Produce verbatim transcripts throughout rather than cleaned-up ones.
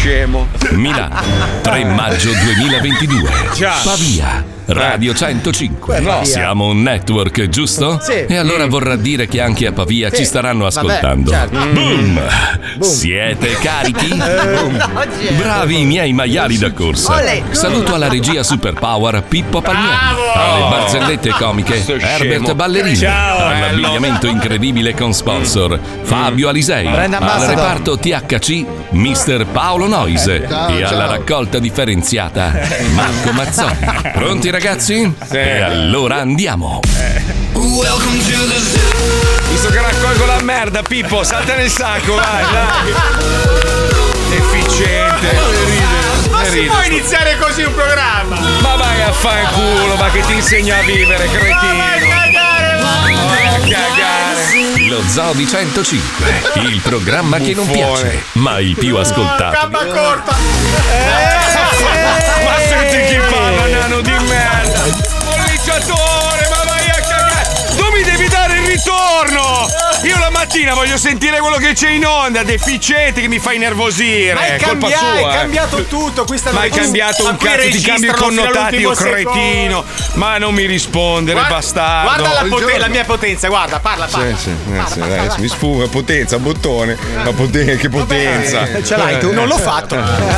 scemo. Milano, tre maggio duemilaventidue. Già. Pavia, Radio centocinque. No. Siamo un network, giusto? Sì. E allora vorrà dire che anche a Pavia Sì. ci staranno Vabbè, ascoltando. certo. Boom. Boom. Siete carichi? Oggi è- Bravi i miei maiali da corsa. Olè. Saluto alla regia Superpower Pippo Palmieri, alle barzellette comiche Sto Herbert scemo. Ballerini, Ciao, all'abbigliamento incredibile con sponsor Fabio Alisei, Brand al ambassador. reparto T H C mister Paolo Noise Ciao, e alla ciao. raccolta differenziata Marco Mazzoni. Pronti ragazzi? E allora andiamo. Visto che raccolgo la merda, Pippo, salta nel sacco, vai, dai. Efficiente. Ma E si ride. può iniziare così un programma? Ma vai a fanculo, ma che ti insegna a vivere, Ma vai a cretino. cagare, vai! Vai a cagare. Lo Zoo di centocinque, il programma che non Buffone. piace, ma il più ascoltato. Gamba corta! Ma senti chi parla, nano di merda. Spolliciatore, ma vai a cagare. Tu mi devi dare il ritorno. Io la mattina voglio sentire quello che c'è in onda, deficiente che mi fa innervosire. Ma è, È colpa cambia- sua. è eh. cambiato tutto, qui stanno Ma hai tutti- cambiato ma un qui cazzo, ti registrano cambi i fino connotati, all'ultimo io cretino. Ma non mi rispondere, Guarda, bastardo. guarda la, poten- Buongiorno. la mia potenza, guarda, parla, parla. Sì, sì, eh, Parla, sì, parla, dai, vai. mi sfuga, potenza, bottone. La poten- che potenza. Eh, ce l'hai tu? Non l'ho fatto.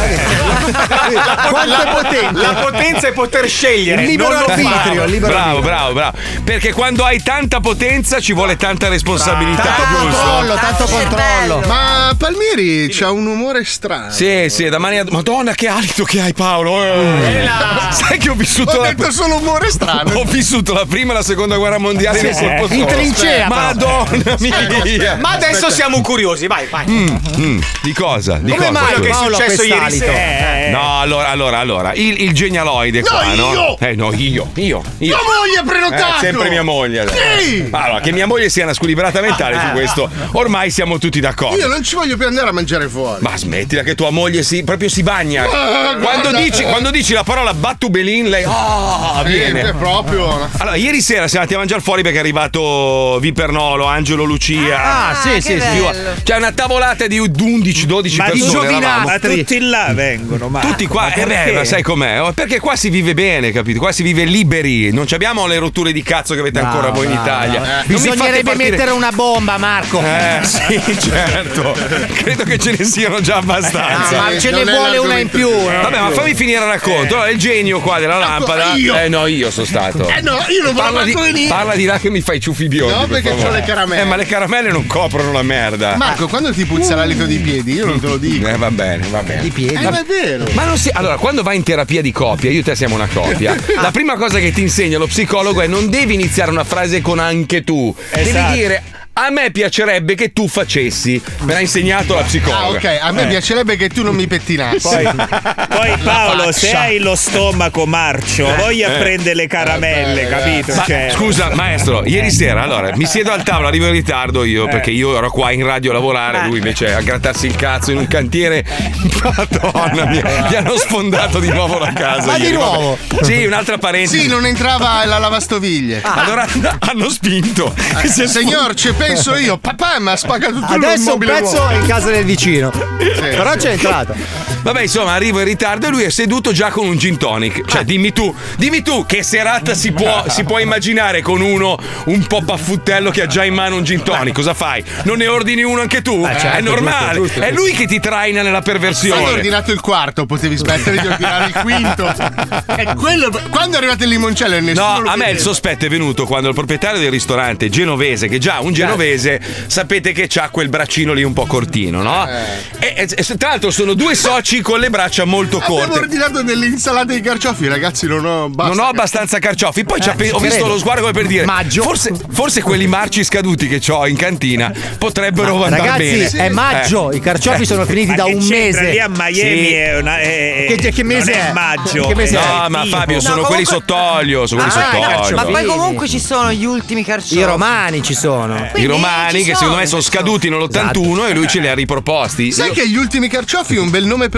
Quanto è potente? La potenza è poter scegliere. Il libero non lo arbitrio, fare. il libero Bravo, arbitrio. bravo, bravo. Perché quando hai tanta potenza ci vuole tanta responsabilità, Tanto giusto? controllo, tanto controllo. Ma Palmieri c'ha un umore strano. Sì, sì, da mani a... Madonna, che alito che hai, Paolo. Eh. Sai che ho vissuto Ho la... detto solo umore strano. Ho vissuto la prima e la seconda guerra mondiale nel colpo in solo. trincea, però. Madonna mia. Ma adesso siamo curiosi, vai, vai. Mm, di cosa? Di Come cosa? mai? Quello che è Paolo, successo ieri quest'alito. sera? No, allora, allora, allora, il, il genialoide qua, no? io! Eh, no, io, io, io. Tua moglie ha prenotato! Eh, sempre mia moglie. Sì! Allora, che mia moglie sia una squilibrata mentale su questo, ormai siamo tutti d'accordo. Io non ci voglio più andare a mangiare fuori. Ma smettila che tua moglie si, proprio si bagna. Ah, quando, guarda, dici, eh. quando dici la parola battubelin, lei ah, Eh, viene. è proprio. Allora, ieri sera siamo andati a mangiare fuori perché è arrivato Vipernolo, Angelo Lucia. Ah, sì, sì, sì. C'è una tavolata di undici dodici Ma di persone. eravamo. giovinastri. Ma tutti là vengono, ma Tutti qua, ma eh beh, perché? ma sai com'è? Oh, perché qua si vive bene, capito? Qua si vive liberi, non ci abbiamo le rotture di cazzo che avete ancora voi in Italia. Non mi fate Bisognerebbe partire- mettere una bomba, Marco. Eh, sì, certo. Credo che ce ne siano già abbastanza. Ma ce ne non è vuole una in più. eh. Vabbè, ma fammi finire il racconto. Allora, il genio qua della lampada. io? Eh no, io sono stato. Eh no, io non Parla volevo di, manco venire. parla di là che mi fai ciuffi biondi. No, per perché favore. c'ho le caramelle. Eh, ma le caramelle non coprono la merda. Marco, quando ti puzza l'alito dei piedi, io non te lo dico. Eh, va bene, va bene. I piedi. Eh, ma è vero. Ma non si. Allora, quando vai in terapia di coppia, io e te siamo una coppia. La prima cosa che ti insegna lo psicologo è non devi iniziare una frase con anche tu. Esatto. Devi dire. A me piacerebbe che tu facessi. Me l'ha insegnato la Ah, psicologa. ok, a me piacerebbe che tu non mi pettinassi. Poi, poi Paolo, se faccia. hai lo stomaco marcio, voglia eh. prendere le caramelle, Eh, capito? Ma, Cioè, scusa, maestro, ieri sera allora mi siedo al tavolo, arrivo in ritardo io perché io ero qua in radio a lavorare, lui invece a grattarsi il cazzo in un cantiere. Madonna mia, gli hanno sfondato di nuovo la casa. Ma di ieri, nuovo? vabbè. Sì, un'altra parentesi. Sì, non entrava la lavastoviglie. Allora hanno spinto. Eh, Signor, ci penso io. Papà mi ha spaccato tutto Adesso un l'immobile pezzo nuovo. è in casa del vicino. Però c'è entrato. Vabbè, insomma, arrivo in ritardo e lui è seduto già con un gin tonic. Cioè, dimmi tu, dimmi tu che serata si può, si può immaginare con uno un po' baffuttello che ha già in mano un gin tonic. Cosa fai? Non ne ordini uno anche tu? certo, è normale. giusto, giusto, È lui che ti traina nella Quando ho perversione. ordinato il quarto, potevi smettere di ordinare il quinto. E quello, quando è arrivato il limoncello e nessuno No, lo a me il vedeva. sospetto è venuto quando il proprietario del ristorante genovese, che già un genovese, sapete che c'ha quel braccino lì un po' cortino, no? E, e- e tra l'altro sono due soci con le braccia molto Avevo corte. ordinato delle insalate di carciofi, ragazzi, non ho basta. Non ho abbastanza carciofi. Poi c'ha pe- ci ho visto credo. lo sguardo come per dire: Maggio. Forse, forse quelli marci scaduti che ho in cantina potrebbero andare Ragazzi, bene. è maggio. I carciofi sono finiti ma da che un c'entra? mese. Lì a Miami Sì. è una. È, Che- che mese non è? è? maggio. Che mese è è? No, ma tipo. Fabio, sono No, quelli comunque- sott'olio. Sono quelli Ah, sott'olio. ma poi Sì. comunque ci sono gli ultimi carciofi. I romani ci sono. I Quindi romani ci che sono secondo me sono questi scaduti nell'ottantuno e lui ce li ha riproposti. Sai Io- che gli ultimi carciofi è un bel nome per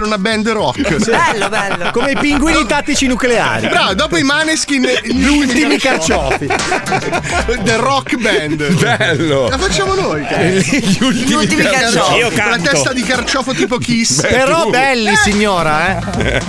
una band rock. Bello, bello. Come i pinguini tattici nucleari. Bravo, dopo i Maneskin, gli ultimi carciofi. The Rock Band. Bello. La facciamo noi. Gli ultimi, Gli ultimi carciofi. Io Con la canto. testa di carciofo tipo Kiss. Beh, Però tu. belli, signora, eh.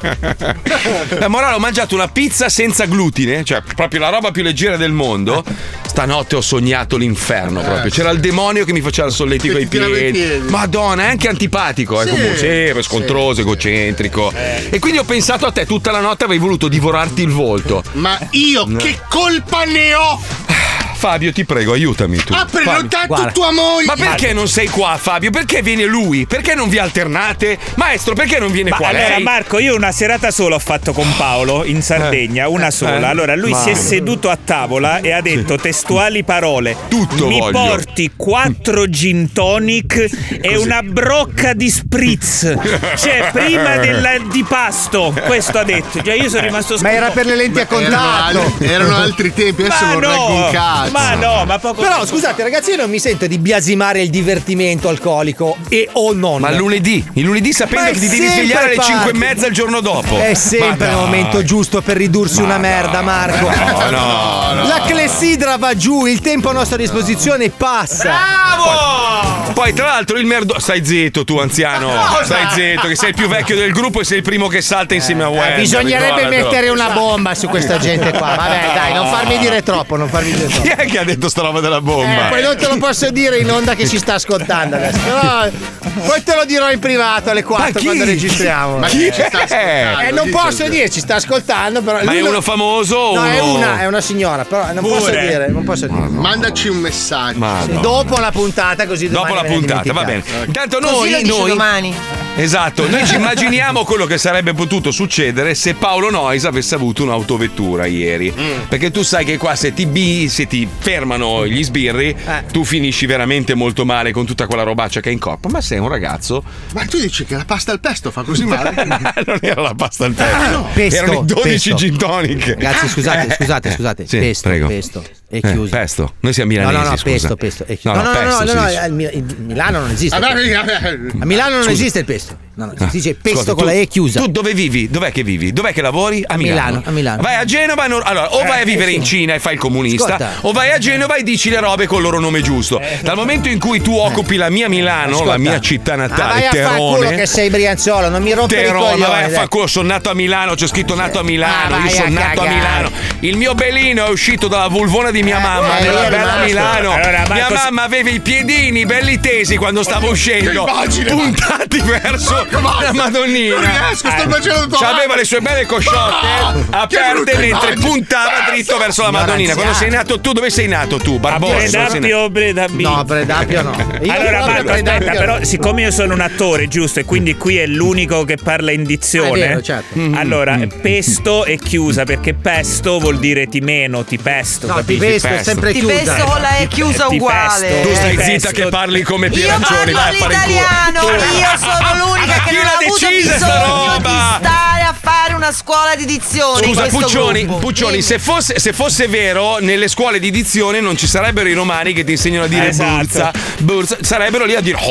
La morale, ho mangiato una pizza senza glutine, cioè proprio la roba più leggera del mondo. Stanotte ho sognato l'inferno proprio. C'era il demonio che mi faceva il solletico Che ai ti tirava i piedi. piedi. Madonna, è anche antipatico, Sì, è comunque sì, scontroso, sì. egocentrico. E quindi ho pensato a te tutta la notte, avevi voluto divorarti il volto. Ma io che colpa ne ho? Fabio, ti prego, aiutami tu. Ha prenotato guarda. tua moglie. Ma perché non sei qua, Fabio? Perché viene lui? Perché non vi alternate? Maestro, perché non viene Ma qua allora lei? Marco, io una serata sola ho fatto con Paolo in Sardegna, una sola. Eh. Allora lui si è seduto a tavola e ha detto testuali parole: Tutto mi voglio." porti quattro gin tonic e una brocca di spritz. Cioè, prima del di pasto. Questo ha detto. Cioè, io sono rimasto Ma era sconvolto. per le lenti a Erano, contatto. al- erano altri tempi, adesso Ma non reggo un no, cazzo. ma no, ma poco. Però scusate ragazzi, io non mi sento di biasimare il divertimento alcolico e o non. Ma lunedì, il lunedì sapendo Ma è che ti devi sempre svegliare alle parte. cinque e mezza il giorno dopo. È sempre Ma il dai. momento giusto per ridursi una merda, Marco. No, no, no. La clessidra va giù, il tempo a nostra disposizione passa. Bravo! Poi, tra l'altro, il merdo. Stai zitto, tu, anziano. Stai zitto, che sei il più vecchio del gruppo e sei il primo che salta insieme a Wender. Bisognerebbe ricordalo. mettere una bomba su questa gente qua. Vabbè, dai, non farmi dire troppo, non farmi dire Chi troppo. è che ha detto sta roba della bomba? Eh, poi non te lo posso dire in onda che ci sta ascoltando adesso. Però poi te lo dirò in privato alle Ma quattro chi? quando registriamo. Ma chi ci sta ascoltando? Eh, non Dice posso il- dire, ci sta ascoltando, però. Ma lui è non- uno famoso o No, è uno- una, è una signora, però non posso Pure. dire, non posso dire. Mandaci un messaggio. Ma Sì, no. dopo la puntata, così Dopo domani la me ne puntata, va bene. dimentichiamo. Intanto Così lo noi, dice noi domani. esatto, noi ci immaginiamo quello che sarebbe potuto succedere se Paolo Noyes avesse avuto un'autovettura ieri. Perché tu sai che qua se ti, bi- se ti fermano gli sbirri, tu finisci veramente molto male con tutta quella robaccia che hai in corpo. Ma sei un ragazzo. Ma tu dici che la pasta al pesto fa così male? Non era la pasta al pesto. Pesto, Erano i dodici pesto. gin tonic. Ragazzi, scusate, scusate, scusate. Sì, pesto, prego. pesto. È Eh, chiuso. pesto. Noi siamo No, milanesi, no, no, scusa. pesto, pesto. È chiuso. No, no, no, pesto, no, si no, no, dice. al Mi- in Milano non esiste. Vabbè, A Milano non Scusa. esiste il pesto. No, no, si dice pesto Scusa, con tu- la E chiusa. Tu dove vivi? Dov'è che vivi? Dov'è che lavori? A Milano. Milano, a Milano. Vai a Genova, non- allora, o vai a vivere in Cina e fai il comunista, Ascolta. o vai a Genova e dici le robe col loro nome giusto. Dal momento in cui tu occupi la mia Milano, Ascolta. la mia città Ah, natale, vai a far culo Terone. che sei brianzolo, non mi rompere i Terone, coglioni. ma vai a dai. far culo, sono nato a Milano, c'è scritto nato a Milano, Ah, io vai sono a nato a cagare. Milano. Il mio belino è uscito dalla vulvona di mia mamma, eh, nella io bella rimasto. Milano. Allora, mia Marco, mamma aveva i piedini belli tesi quando stavo uscendo, immagine, puntati verso la Madonnina. Non riesco, sto facendo tutto. Cioè, aveva le sue belle cosciotte aperte brutta mentre immagine. puntava dritto verso la Madonnina. Quando sei nato tu, dove sei nato tu? A Barbosa? dove sei nato? Predappio, Predappio. No, Predappio no. Io Allora proprio Marco, Predappio aspetta, no. però siccome io sono un attore, giusto, e quindi qui è l'unico che parla in dizione. Ah, è vero, certo. Allora, pesto è chiusa perché pesto vuol dire ti meno, ti pesto. No, ti capisci? pesto, è pesto. sempre Ti chiusa. pesto con la E chiusa Ti uguale. pesto. Tu stai Eh, zitta pesto. che parli come Io Pieraccioni, vai a parlo fare il culo. l'italiano, io sono l'unica Ma che chi non l'ha ha avuto decisa sta bisogno roba? di stare a fare una scuola di dizione. in Scusa, questo Puccioni, gruppo. Puccioni Dimmi. se, fosse, se fosse vero, nelle scuole di dizione non ci sarebbero i romani che ti insegnano a dire Esatto. burza, burza, sarebbero lì a dire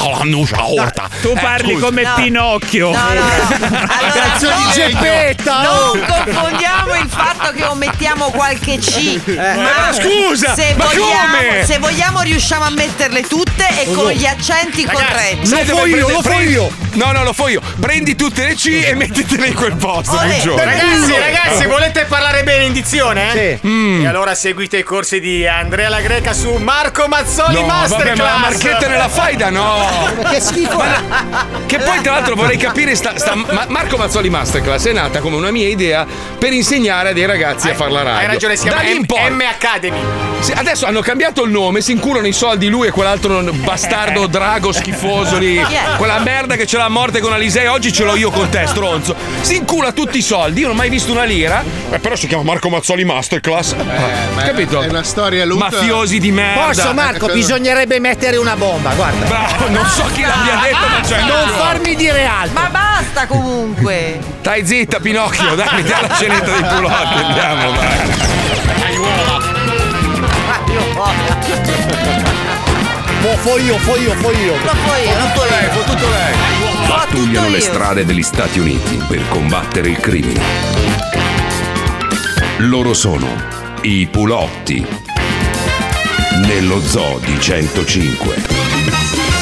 Tu parli scusa. come No. Pinocchio. No, no, no. Allora, non, Geppetta, oh! non confondiamo il fatto che omettiamo qualche C. ma scusa, se ma vogliamo, come? se vogliamo riusciamo a metterle tutte e con gli accenti corretti. Sai Lo dove fo io, prende- lo fo prendi- io. No, no, lo fo io. Prendi tutte le C e mettitele in quel posto, Olè. Puccioni. Ragazzi, ragazzi, volete parlare bene in dizione? Eh? Sì. Mm. E allora seguite i corsi di Andrea La Greca su Marco Mazzoli No, vabbè, Masterclass. ma la marchetta nella faida, no. Ma che schifo. Che poi, tra l'altro, vorrei capire: sta, sta- Ma- Marco Mazzoli Masterclass è nata come una mia idea per insegnare a dei ragazzi a fare la radio. Hai ragione, si Da chiama lì in M, poi- M Academy. Sì, adesso hanno cambiato il nome, si inculano i soldi lui e quell'altro bastardo drago schifoso lì. Yeah. Quella merda che ce l'ha a morte con Alisei, oggi ce l'ho io con te, stronzo. Si incula tutti i soldi, io non ho mai visto una lira. Eh, però si chiama Marco Mazzoli Masterclass. Ma è- Capito? È una storia lunga. Mafiosi di merda. Posso, Marco? Bisognerebbe mettere una bomba, guarda. Bravo, non so chi l'abbia detto, ma c'è. Non farmi dire altro. Ma basta comunque. Stai zitta, Pinocchio, dai, mettiamo la scenetta dei culotti, andiamo, vai. Mo fo io, fo io, fo io. Lo fo io, lo fo io. Fo tutto lei. pattugliano le strade degli Stati Uniti per combattere il crimine. Loro sono i Pulotti nello zoo di centocinque.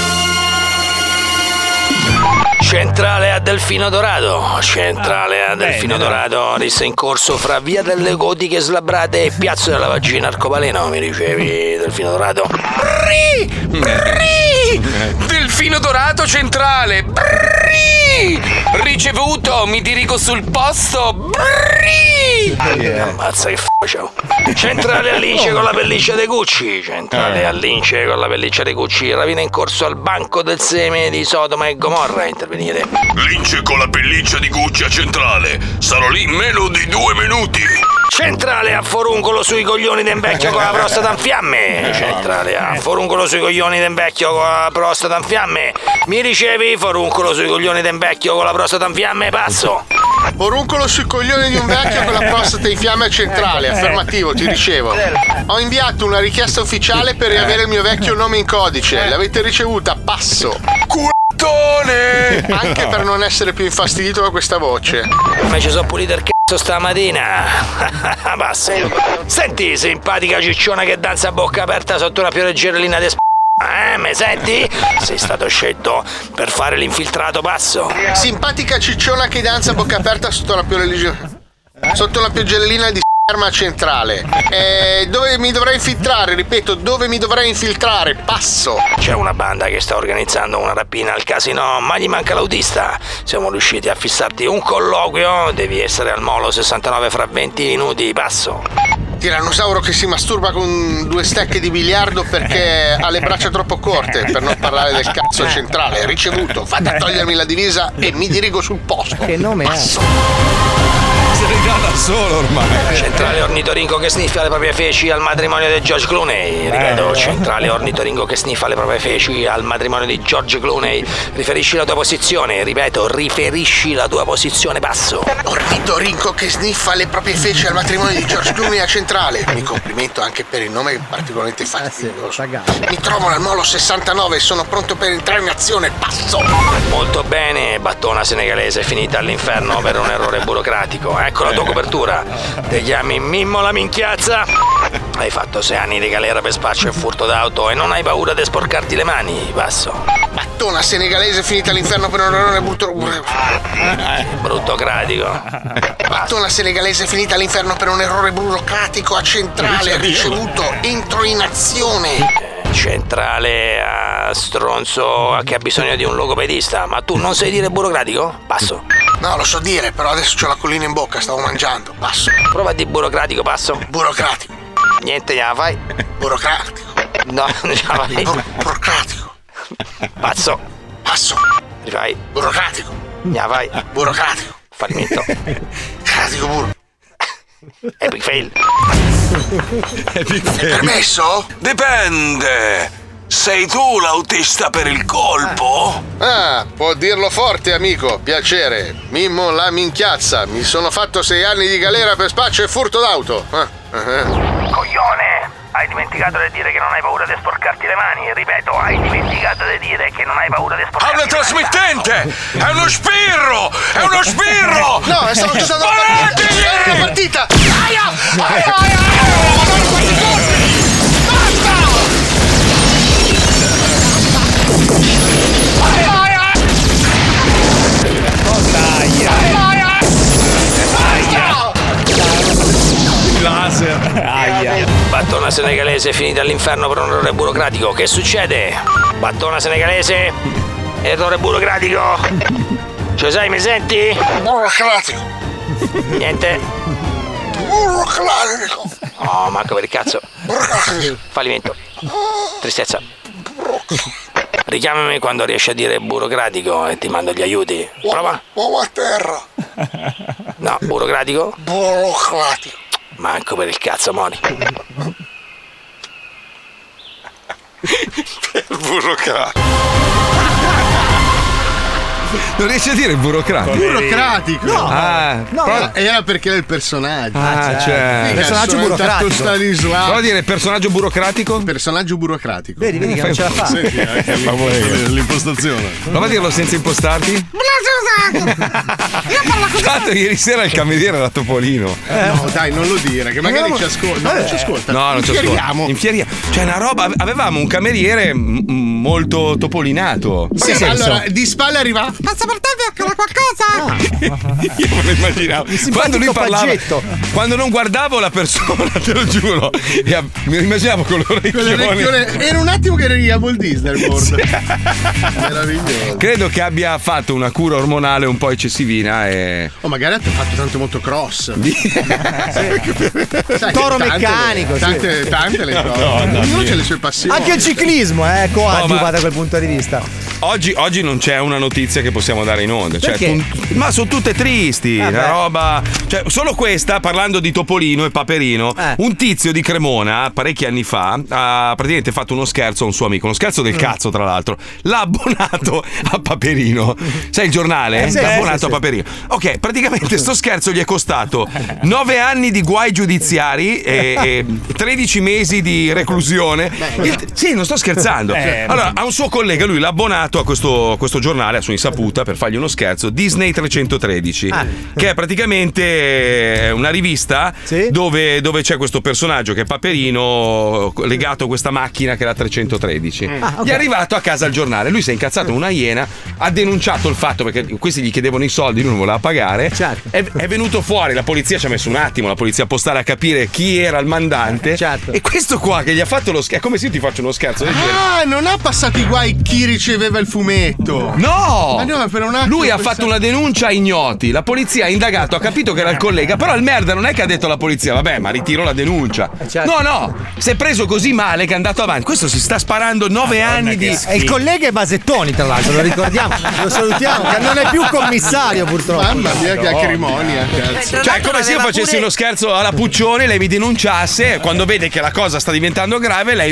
Centrale a Delfino Dorato, centrale a Delfino Dorato, rissa in corso fra via delle Gotiche Slabrate e piazza della Vagina Arcobaleno, mi dicevi Delfino Dorato? Brrri! Brrri! Delfino Dorato centrale! Brrri! Ricevuto, mi dirigo sul posto! Brrri! Ammazza che f***o. Centrale a Lince con la pelliccia dei Gucci, centrale a Lince con la pelliccia dei Gucci, ravina in corso al banco del seme di Sodoma e Gomorra, intervenire. Lince con la pelliccia di Gucci a centrale, sarò lì in meno di due minuti. Centrale a Foruncolo sui coglioni del vecchio con la prostata in fiamme. Centrale a Foruncolo sui coglioni del vecchio con la prostata in fiamme. Mi ricevi? Foruncolo sui coglioni del vecchio con la prostata in fiamme, passo. Foruncolo sui coglioni di un vecchio con la prostata in fiamme a centrale, affermativo, ti ricevo. Ho inviato una richiesta ufficiale per riavere il mio vecchio nome in codice. L'avete ricevuta? Passo. Cuttone! Anche per non essere più infastidito da questa voce. Ma ci sono pulito il c***o stamattina. Basta. Senti, simpatica cicciona che danza a bocca aperta sotto una pioggerellina di sp***. Eh, me senti? Sei stato scelto per fare l'infiltrato, passo. Simpatica cicciona che danza a bocca aperta sotto la pioggerellina. Sotto la pioggerellina di sperma centrale. Eh, dove mi dovrei infiltrare? Ripeto, dove mi dovrei infiltrare? Passo. C'è una banda che sta organizzando una rapina al casino, ma gli manca l'autista. Siamo riusciti a fissarti un colloquio. Devi essere al molo sessantanove fra venti minuti, passo. Tirannosauro che si masturba con due stecche di biliardo perché ha le braccia troppo corte, per non parlare del cazzo centrale. Ricevuto, vado a togliermi la divisa e mi dirigo sul posto. Che nome Passo. Se ne dà da solo ormai. Centrale ornitorinco che sniffa le proprie feci al matrimonio di George Clooney. Ripeto, centrale ornitorinco che sniffa le proprie feci al matrimonio di George Clooney. Riferisci la tua posizione. Ripeto, riferisci la tua posizione, passo. Ornitorinco che sniffa le proprie feci al matrimonio di George Clooney a centrale. Mi complimento anche per il nome particolarmente fastidioso. Mi trovo al molo sessantanove e sono pronto per entrare in azione. Passo. Molto bene, battona senegalese finita all'inferno per un errore burocratico. Ecco la tua copertura. Ti chiami Mimmo la minchiazza? Hai fatto sei anni di galera per spaccio e furto d'auto e non hai paura di sporcarti le mani, passo. Battona senegalese finita all'inferno per un errore brutto. Brutto cratico. Battona senegalese finita all'inferno per un errore burocratico a centrale. Ricevuto, entro in azione. Centrale a stronzo che ha bisogno di un logopedista. Ma tu non sai dire burocratico? Passo. No, lo so dire, però adesso c'ho la collina in bocca, stavo mangiando. Passo. Prova a dire burocratico, passo. Burocratico. Niente, gliela fai? Burocratico. No, non ce la fai. Bur- burocratico. Passo. Passo. Rifai. Burocratico. Gliela fai. Burocratico. Fallimento. Cratico buro. Epic fail. Epic fail. Permesso? Dipende. Sei tu l'autista per il colpo? Ah, può dirlo forte, amico. Piacere. Mimmo la minchiazza. Mi sono fatto sei anni di galera per spaccio e furto d'auto. Ah, ah. Coglione! Hai dimenticato di dire che non hai paura di sporcarti le mani. Ripeto, hai dimenticato di dire che non hai paura di sporcarti le mani. È una trasmittente! È uno spirro! È uno spirro! No, è stavo giocando la partita! È una partita! Aia! Aia! Aia! Madonna, quanti colpi! Basta! Aia! Aia! Cosa aia? Aia! Aia! Laser. Aia. Battona senegalese finita all'inferno per un errore burocratico. Che succede? Battona senegalese? Errore burocratico? Cioè sai, mi senti? Burocratico! Niente? Burocratico! Oh, manco per il cazzo. Burocratico! Fallimento. Tristezza. Richiamami quando riesci a dire burocratico e ti mando gli aiuti. Prova. Uomo a terra! No, burocratico? Burocratico! Manco per il cazzo, Moni. Burocratico. Non riesci a dire burocratico? Burocratico. No, Ah, no, prova- Era perché era il personaggio. Ah, cioè. Mica personaggio sono burocratico. stato Stanislavski. Prova a dire personaggio burocratico? Personaggio burocratico. Vedi, vedi che non ce la fa. Senti, anche l'imp- l'impostazione. Prova a dirlo senza impostarti. Tanto ieri sera il cameriere era Topolino. No, dai, non lo dire, che magari ci ascolta. No, non ci ascolta. No, non ci Infieriamo. ascolta. Infieriamo. Cioè, una roba. Avevamo un cameriere m- m- molto topolinato. Sì, Che senso? allora, di spalle arriva. Passa per te, qualcosa. Io me lo immaginavo. Quando lui parlava, paggetto. quando non guardavo la persona, te lo giuro, e a- mi immaginavo con Quelle l'orecchione. orecchione- Era un attimo che eri a Walt Disney World. Meraviglioso. Credo che abbia fatto una cura ormonale un po' eccessivina e. Oh, magari ha fatto tanto motocross. Sai, Toro tante- meccanico, sì. Tante, tante le cose. Madonna Ognuno mia. c'ha le sue passioni. Anche il ciclismo, eh, coadiuva No, ma- da quel punto di vista. Oggi, oggi non c'è una notizia che possiamo dare in onda. Cioè, Perché? tu- ma sono tutte tristi. Ah, una beh. roba. Cioè, solo questa, parlando di Topolino e Paperino, Eh. un tizio di Cremona, parecchi anni fa, ha praticamente fatto uno scherzo a un suo amico. Uno scherzo Mm. del cazzo, tra l'altro. L'ha abbonato a Paperino. Sai il giornale? Eh, sì, L'ha sì, abbonato sì, a sì. Paperino. Ok, praticamente sto scherzo gli è costato nove anni di guai giudiziari e, e tredici mesi di reclusione. Il- sì, non sto scherzando. Eh, Allora, a un suo collega, lui l'ha abbonato a questo, a questo giornale, a sua insaputa, per fargli uno scherzo, Disney trecentotredici, Ah. che è praticamente una rivista Sì. dove, dove c'è questo personaggio che è Paperino legato a questa macchina che è la trecentotredici. Ah, ok. Gli è arrivato a casa il giornale, lui si è incazzato una iena, ha denunciato il fatto perché questi gli chiedevano i soldi, lui non voleva pagare. Certo. È, è venuto fuori, la polizia ci ha messo un attimo, la polizia postale a capire chi era il mandante. Certo. E questo qua che gli ha fatto lo scherzo, è come se io ti faccio uno scherzo del genere. Ah, non ha passato i guai chi riceveva il fumetto. No! Ma no, per un attimo Lui ha pensavo- fatto una denuncia a ignoti. La polizia ha indagato, ha capito che era il collega. Però il merda non è che ha detto alla polizia: vabbè, ma ritiro la denuncia. certo. No, no, si è preso così male che è andato avanti. Questo si sta sparando nove anni di. E il collega è Basettoni, tra l'altro, lo ricordiamo. Lo salutiamo, che non è più commissario, purtroppo. Mamma mia, che acrimonia, cazzo. Cioè, è come se io facessi uno scherzo alla Puccione, lei mi denunciasse. E quando vede che la cosa sta diventando grave, lei.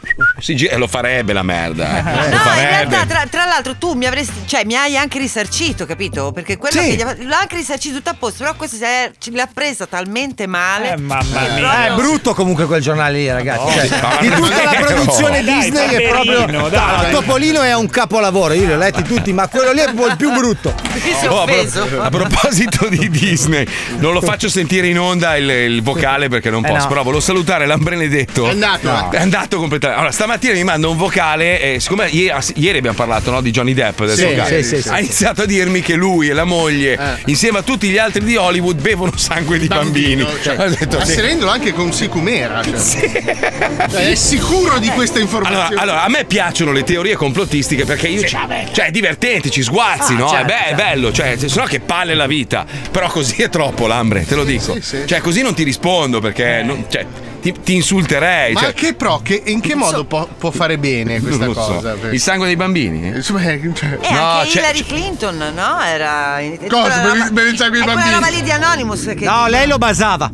Si gira, lo farebbe la merda. Eh. No, Lo in farebbe. realtà, tra, tra l'altro, tu mi avresti. Cioè, mi hai anche risarcito, capito? Perché quello Sì. che gli ave- l'ha anche risarcito tutto a posto. Però questo si è- ce l'ha presa talmente male. Eh, mamma che mia. proprio- Eh, è brutto comunque quel giornale lì, ragazzi. Cioè, no, di ma tutta la davvero? produzione Dai, Disney è Paperino, proprio. dai. No, Topolino è un capolavoro, io li ho letti tutti, ma quello lì è il più brutto. Mi si è Oh, a, pro- offeso. a proposito di Disney, non lo faccio sentire in onda il, il vocale perché non Eh, posso. no. Però volevo salutare Lambrenedetto. È andato, No. eh. È andato completamente. Allora, stamattina mi manda un vocale. E siccome ieri, ieri abbiamo parlato, no, di Johnny Depp, del Sì, vocale, sì, sì, sì. ha iniziato a dirmi che lui e la moglie, insieme a tutti gli altri di Hollywood, bevono sangue di bambini. Cioè, Ho detto, sì. asserendolo anche con sicumera. Cioè. Cioè, è sicuro di questa informazione. Allora, allora, a me piacciono le teorie complottistiche perché io ci, cioè è divertente, ci sguazzi, Ah, no? certo, è, be- è certo. bello, cioè, se no che palle la vita. Però così è troppo, Lambre, te lo dico. sì, sì. Cioè, così non ti rispondo perché non- cioè, ti, ti insulterei. Ma cioè, che pro, che, in che modo può, può fare bene questa non lo so. cosa? Il sangue dei bambini? Insomma, cioè- E No, anche c'è- Hillary Clinton, no? Era. e tutta Cosa? la Per il- roba- per il sangue dei e quella bambini? roba lì di Anonymous che. No, lei lo basava.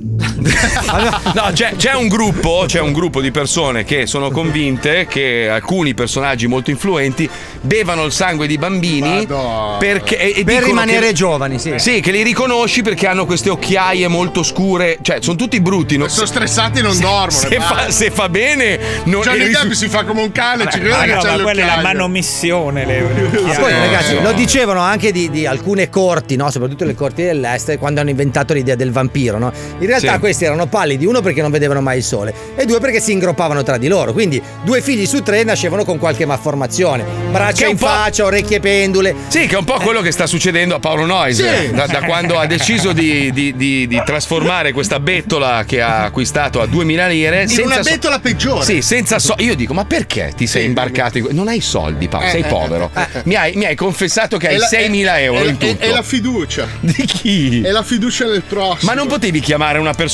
No, c'è, c'è un gruppo, c'è un gruppo di persone che sono convinte che alcuni personaggi molto influenti bevano il sangue di bambini Madonna. perché, e, e Per dicono rimanere che- giovani, sì. Sì, che li riconosci perché hanno queste occhiaie molto scure, cioè sono tutti brutti. No? Sono stressati e non dormono. Se e fa, basta. se fa bene, non Johnny e- Depp si fa come un cane, ci credo Ah, che no, c'ha ma le quella è la occhiaie. manomissione. Le, le Ma occhiaie. poi no, ragazzi, no. lo dicevano anche di, di alcune corti, no? Soprattutto le corti dell'est, quando hanno inventato l'idea del vampiro, no? In realtà Sì. questi erano pallidi, uno perché non vedevano mai il sole e due perché si ingroppavano tra di loro. Quindi due figli su tre nascevano con qualche malformazione. Che Braccia è un in po'- faccia, orecchie pendule. Sì, che è un po' quello che sta succedendo a Paolo Noyes Sì. da, da quando ha deciso di, di- di- di trasformare questa bettola che ha acquistato a duemila lire In senza una so- bettola peggiore. Sì, senza soldi. Io dico, ma perché ti sei Sì, imbarcato in que- Non hai soldi, Paolo, Eh, sei eh, povero. eh, eh. Mi, hai, mi hai confessato che È hai la- seimila è- euro è- in è- tutto. È la fiducia. Di chi? È la fiducia nel prossimo. Ma non potevi chiamare una persona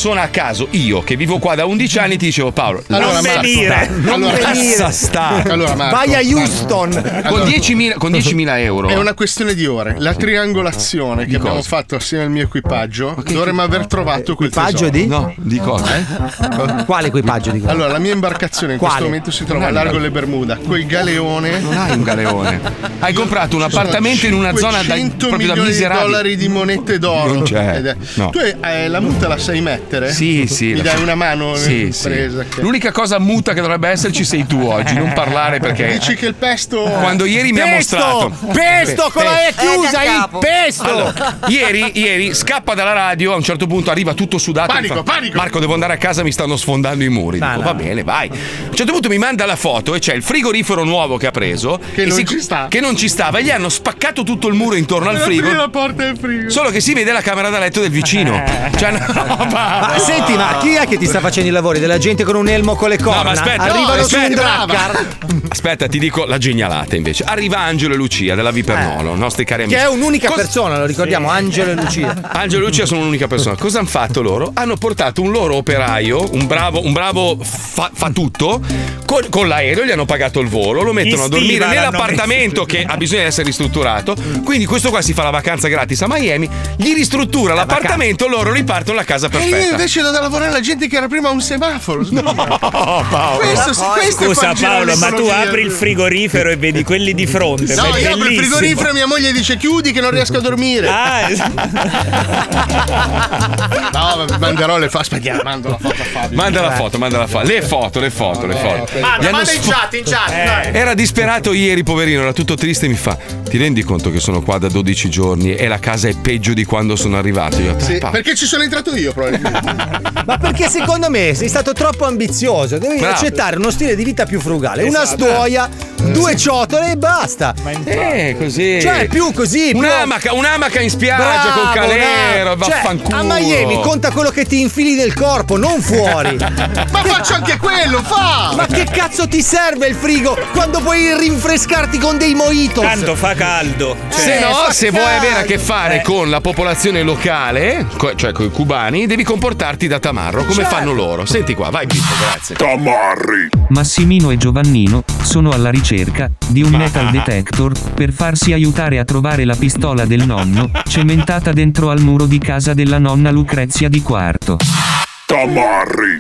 persona a caso, io che vivo qua da undici anni, ti dicevo Paolo, allora, non Marco, venire, non allora, venire. lascia stare. Allora, Marco, vai a Houston allora, con diecimila con diecimila euro. È una questione di ore. La triangolazione di che cosa? abbiamo fatto assieme al mio equipaggio, dovremmo aver trovato quel Equipaggio tesoro. di? No, di cosa? Eh? Quale equipaggio di cosa? Allora, la mia imbarcazione in Quale? questo momento si trova a largo le Bermuda, quel galeone. Non hai un galeone. Hai comprato un Ci sono appartamento in una zona da, cinquecento proprio da milioni di miserabile. dollari di monete d'oro. Non c'è. Ed è- No. Tu hai, eh, la muta la sai mettere? Sì, sì. Mi la- dai una mano? Sì, sì. Presa, che- L'unica cosa muta che dovrebbe esserci sei tu oggi, non parlare perché. Dici che il pesto. Quando ieri mi ha Pesto! mostrato. Pesto con la E chiusa, Eh, da il capo. pesto! Allora, ieri, ieri scappa dalla radio, a un certo punto arriva tutto sudato. Panico, mi fa, panico. Marco, devo andare a casa, mi stanno sfondando i muri. No, Dico, no. va bene, vai. A un certo punto mi manda la foto e c'è il frigorifero nuovo che ha preso. Che e non si- ci sta. Che non ci stava. E gli hanno spaccato tutto il muro intorno al frigo. Apri la porta del frigo. Solo che si vede la camera da letto del vicino. Cioè, una roba. Ma senti, ma chi è che ti sta facendo i lavori? Della gente con un elmo con le corna? No, ma aspetta, Arrivano no, su un aspetta, dracar. Aspetta, ti dico la genialata invece. Arriva Angelo e Lucia della Vipernolo, nostri cari amici. Che è un'unica Cos- persona, lo ricordiamo, Angelo e Lucia. Angelo e Lucia sono un'unica persona. Cosa hanno fatto loro? Hanno portato un loro operaio, un bravo, un bravo fa, fa tutto, con, con l'aereo, gli hanno pagato il volo, lo mettono In a dormire stiva l'hanno nell'appartamento che ha bisogno di essere ristrutturato. Quindi questo qua si fa la vacanza gratis a Miami, gli ristruttura l'appartamento, loro ripartono la casa E io perfetta. invece do da lavorare alla gente che era prima a un semaforo. No, Paolo. questo, questo è Scusa far girare Paolo, ma tu l'ecologia. apri il frigorifero e vedi quelli di fronte. No, ma è io apro il bellissimo. frigorifero e mia moglie dice chiudi che non riesco a dormire. Ah, es- No, vabbè, manderò le foto. Aspetta, mando la foto a Fabio. Manda la foto, manda la foto. Le foto, le foto, le foto. Gli Manda, hanno manda in sfo- chat, in chat. dai. Era disperato ieri, poverino, era tutto triste e mi fa: ti rendi conto che sono qua da dodici giorni e la casa è peggio di quando sono arrivato? Io ho detto, Sì, "Pa- perché ci sono entrato io probabilmente. Ma perché secondo me sei stato troppo ambizioso. Devi Bravo. accettare uno stile di vita più frugale. Una Esatto. stuoia, due ciotole e basta. Eh, così. Cioè, più così. Più... Un'amaca, un'amaca in spiaggia Bravo, col calero, bravo. Cioè, vaffanculo. a Miami conta quello che ti infili nel corpo, non fuori. Ma faccio anche quello, fa! Ma che cazzo ti serve il frigo quando puoi rinfrescarti con dei mojitos? tanto fa caldo. Se Eh, no, fa se vuoi caldo. avere a che fare Eh. con la popolazione locale, co- cioè con i cubani, devi comportarti da tamarro come Certo. fanno loro. Senti qua, vai Pippo, grazie. Tamarri. Massimino e Giovannino sono alla ricerca di un metal detector per farsi aiutare a trovare la pistola del nonno, cementata dentro al muro di casa della nonna Lucrezia di Quarto. Tamarri.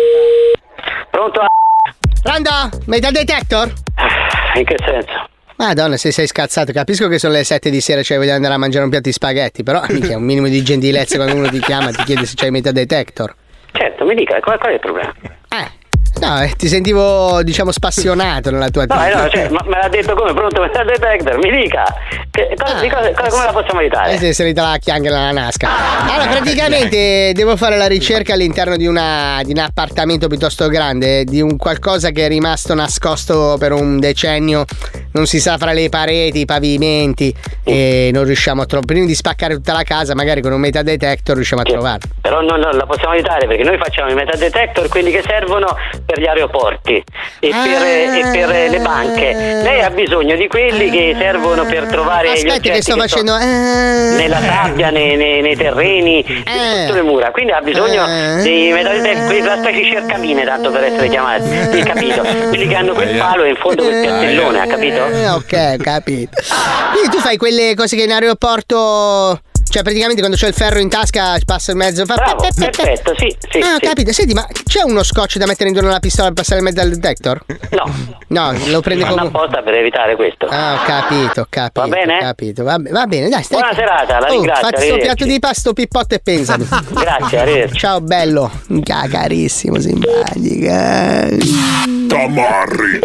Pronto? Pronto? Metal detector? In che senso? Madonna, se sei scazzato, capisco che sono le sette di sera, cioè voglio andare a mangiare un piatto di spaghetti, però mica un minimo di gentilezza quando uno ti chiama e ti chiede se c'hai il metal detector. Certo, mi dica, qual, qual è il problema? No, eh, ti sentivo, diciamo, spassionato nella tua No, eh, attività. no, cioè, ma me l'ha detto come? Pronto metal detector? Mi dica! Che, cosa, di cosa, cosa- come la possiamo aiutare? Eh, si è salita la chianga nella nasca. Allora, praticamente devo fare la ricerca all'interno di, una, di un appartamento piuttosto grande, di un qualcosa che è rimasto nascosto per un decennio, non si sa fra le pareti, i pavimenti, e non riusciamo a trovare. Prima di spaccare tutta la casa, magari con un metal detector riusciamo a trovarlo. Però non, non la possiamo aiutare perché noi facciamo i metal detector, quelli che servono per gli aeroporti e, Ah. per, e per le banche. Lei ha bisogno di quelli che servono per trovare gli Aspetta oggetti che sto so- facendo eh. nella sabbia, nei, nei- nei terreni, sotto le mura. Quindi ha bisogno Eh. dei metal detector, quelli della specie di cercamine, tanto per essere chiamati. Hai capito? Quelli che hanno quel palo e in fondo quel piattellone, ha capito? Eh, ok, ho capito. Quindi tu fai quelle cose che in aeroporto. Cioè, praticamente quando c'è il ferro in tasca passa in mezzo. Fa Bravo, pe- pe- pe- perfetto, sì, sì. Ah, ho sì. capito. Senti, ma c'è uno scotch da mettere intorno alla pistola per passare il metal detector? No. No, lo prende Fanno come. apposta per evitare questo. Ah, ho capito, ho capito. Va bene? Ho capito. Va, be- va bene, dai, stai. Buona serata, la Oh, ringrazio, fatti sto arrivederci. piatto di pasto, pippotto e pensami. Grazie, arrivederci. Ciao, bello. Minchia, carissimo, simpatica. Tamarri.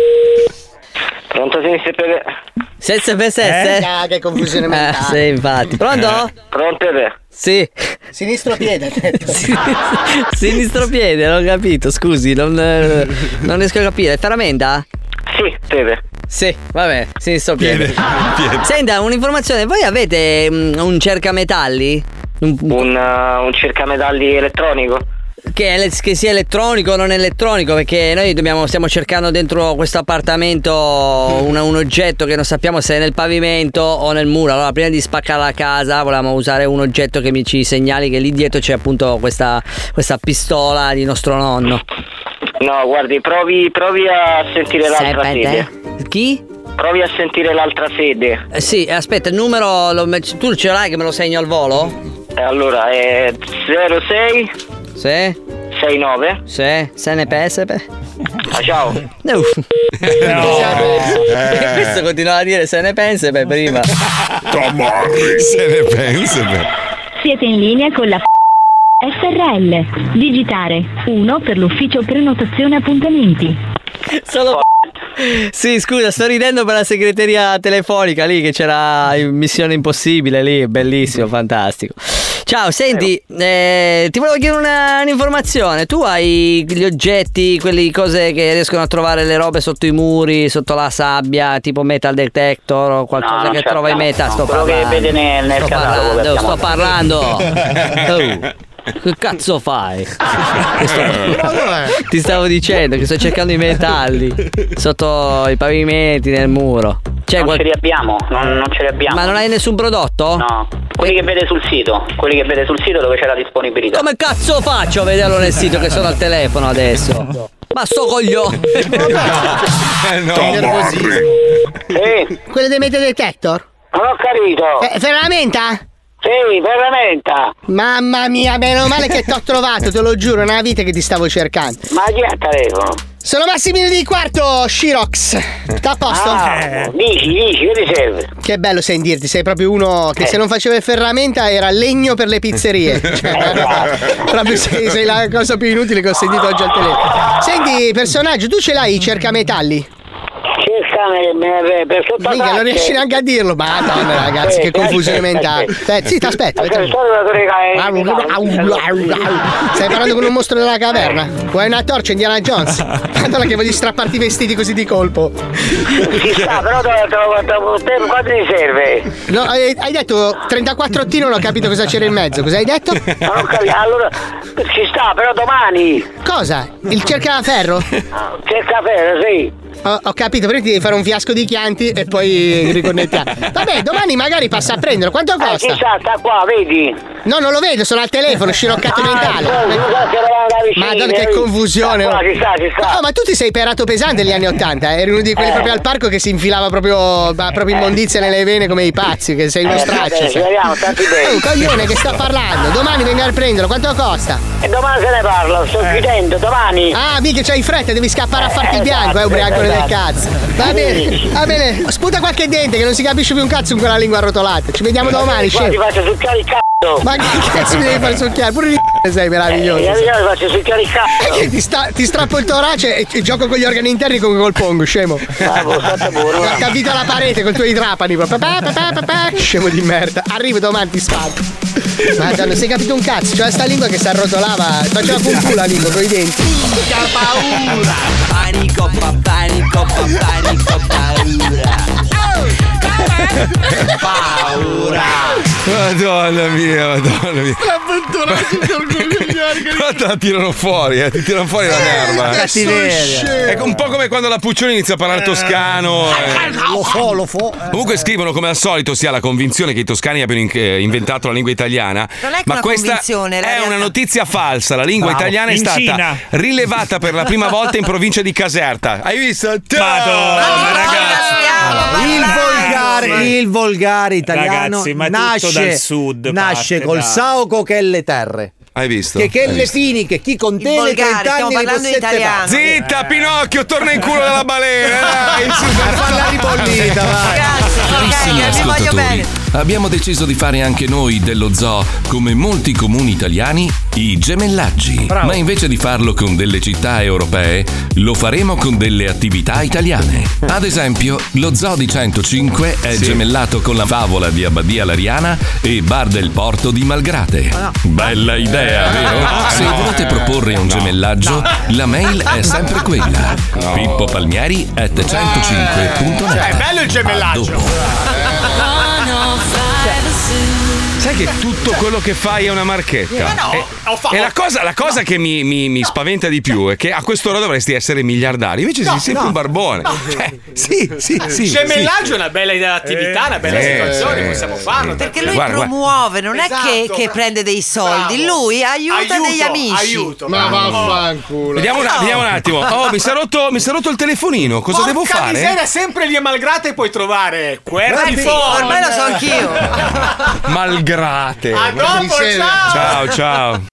Pronto, sinistra per... Senza per sé, Eh? Ah, che confusione mentale. Eh, sì, infatti. Pronto? Pronto te? Sì. Sinistro piede. Sinistro piede, non ho capito, scusi, non, eh, non riesco a capire. Ferramenta? Sì, Pepe. Sì, vabbè, sinistro piede. Piede, piede. Senta, un'informazione, voi avete mm, un cercametalli? Un, Un, uh, un cercametalli elettronico? che, che sia elettronico o non elettronico, perché noi dobbiamo, stiamo cercando dentro questo appartamento un, un oggetto che non sappiamo se è nel pavimento o nel muro. Allora prima di spaccare la casa volevamo usare un oggetto che mi ci segnali che lì dietro c'è appunto questa, questa pistola di nostro nonno. No, guardi, provi, provi a sentire l'altra Serpente? sede. Chi? Provi a sentire l'altra sede. Eh, sì, aspetta, il numero lo, tu ce l'hai che me lo segno al volo? Eh, allora è zero sei Sì. sei nove Sì, se ne pesepe. Ah, ciao. No. No. Questo continuava a dire se ne pensa per prima. Se ne pensa per. Siete in linea con la S R L. Digitare uno per l'ufficio prenotazione appuntamenti. Solo Sì, scusa, sto ridendo per la segreteria telefonica lì che c'era in Missione Impossibile lì, bellissimo, fantastico. Ciao, senti, eh, ti volevo chiedere una, un'informazione. Tu hai gli oggetti, quelle cose che riescono a trovare le robe sotto i muri, sotto la sabbia, tipo metal detector o qualcosa No, che certo, trova in meta? no, Sto quello che parlando. vede nel- nel sto catalogo parlando, che sto abbiamo parlando. Oh. Che cazzo fai? Ti stavo dicendo che sto cercando i metalli sotto i pavimenti, nel muro. Cioè, non qual- ce li abbiamo, non, non ce li abbiamo. Ma non hai nessun prodotto? No, quelli che vede sul sito, quelli che vede sul sito dove c'è la disponibilità. Come cazzo faccio a vederlo nel sito che sono al telefono adesso? Ma sto coglione! Sì. Quelle dei metal detector? Non ho capito. Eh, ferramenta? Sì, ferramenta. Mamma mia, meno male che t'ho trovato, te lo giuro, è una vita che ti stavo cercando. Ma chi è il telefono? Sono Massimiliano di Quarto, Shirox. Sta a posto? Ah, dici, dici, che ti serve? Che bello sentirti, sei proprio uno che Eh. se non faceva il ferramenta era legno per le pizzerie. Cioè, proprio sei, sei la cosa più inutile che ho sentito oggi al telefono. Senti, personaggio, tu ce l'hai i cercametalli? Cerca per sotto Mica non riesci neanche a dirlo. Madonna ragazzi, che confusione mentale. Eh, sì, ti aspetto. Stai parlando con un mostro della caverna. Vuoi una torcia, Indiana Jones? Guarda che voglio strapparti i vestiti così di colpo. Ci sta, però te, te, te, te, quanto ti serve? No, hai, hai detto trentaquattro T, non ho capito cosa c'era in mezzo. Cosa hai detto? Non ho capito, allora ci sta, però domani. Cosa? Il cercaferro? Cercaferro, sì. Ho, ho capito, prima ti devi fare un fiasco di chianti e poi riconnettiamo. Vabbè, domani magari passa a prenderlo. Quanto costa? Eh, ci sta, sta qua, vedi? No, non lo vedo, sono al telefono, sciroccato mentale. Madonna, che confusione. Sta qua, ci sta, ci sta. Oh, ma tu ti sei perato pesante negli anni ottanta, eh? Eri uno di quelli Eh. proprio al parco che si infilava proprio, ma proprio immondizia nelle vene come i pazzi, che sei uno Eh, straccio. vabbè, ci vediamo, tanti bei. Oh, coglione che sta parlando. Domani vengo a prenderlo, quanto costa? E domani se ne parla, sto chiudendo, domani. Ah, mica c'hai fretta, devi scappare a farti il bianco, eh, ubriacone del cazzo. Va bene, va bene, sputa qualche dente che non si capisce più un cazzo con quella lingua arrotolata. Ci vediamo domani, Qua ti scemo. faccio succhiare il cazzo. Ma che cazzo mi devi fare succhiare? Pure di sei meraviglioso. Eh, io ti faccio succhiare il cazzo. Che ti, sta- ti strappo il torace e, e gioco con gli organi interni come col pongo, scemo. Ah, boh, state pure, va. Ti avvito alla parete con i tuoi trapani proprio. Pa, pa, pa, pa, pa. Scemo di merda. Arrivo domani, ti sparo. Madonna, sei capito un cazzo? C'era sta lingua che si arrotolava. Faceva pum pum la lingua con i denti. Che paura! Panico, pa, panico, pa, panico, paura! Paura! Madonna mia, madonna mia. L'avventura sul orgoglio di organi. Però te la tirano fuori, eh, ti tirano fuori la nerva. Eh. Cattiveria. È un po' come quando la Puccioni inizia a parlare toscano. eh. Lo fo, lo fo. Comunque scrivono come al solito si ha la convinzione che i toscani abbiano in- eh, inventato la lingua italiana. Non è che ma una questa convinzione, la è realtà. una notizia falsa. La lingua Bravo. italiana è In stata Cina. rilevata per la prima volta in provincia di Caserta. Hai visto? Madonna, ragazzi. Il volgare, il volgare italiano Ragazzi, ma è nasce, tutto dal sud, nasce parte col da- sauco che è le terre. Hai visto? Che, che Hai le visto? fini, che chi con te Il le volgare, trenta stiamo anni li parlando in possette italiano. Zitta, Pinocchio, torna in culo dalla balena. Dai, su, Falla ribollita, vai. Carissimi vi voglio ascoltatori, bene. abbiamo deciso di fare anche noi dello zoo, come molti comuni italiani, i gemellaggi. Bravo. Ma invece di farlo con delle città europee, lo faremo con delle attività italiane. Ad esempio, lo zoo di centocinque è gemellato con la Favola di Abbadia Lariana e Bar del Porto di Malgrate. Bella idea, vero? Se volete proporre un gemellaggio, la mail è sempre quella: pippo palmieri at centocinque punto net. Cioè, è bello il gemellaggio. Sai sai che tutto quello che fai è una marchetta? Ma no, e, ho fatto- e la cosa, la cosa che mi, mi- mi spaventa di più è che a quest'ora dovresti essere miliardario, invece sei sempre un barbone. Cioè, sì, sì, sì. Gemellaggio è una bella attività, una bella Eh, situazione, eh, possiamo farlo. Perché lui Guarda, guarda. promuove, non è che, Esatto. che prende dei soldi, Bravo. lui aiuta Aiuto, degli amici. aiuto. Ma Bravo. vaffanculo. Vediamo, una- vediamo un attimo. Oh, mi si è rotto, mi si è rotto il telefonino. Cosa Porca devo fare? miseria, sempre via Malgrate puoi trovare Guardi, QuertiPhone. ormai lo so anch'io. Malgrate. A dopo, ciao. Ciao, ciao.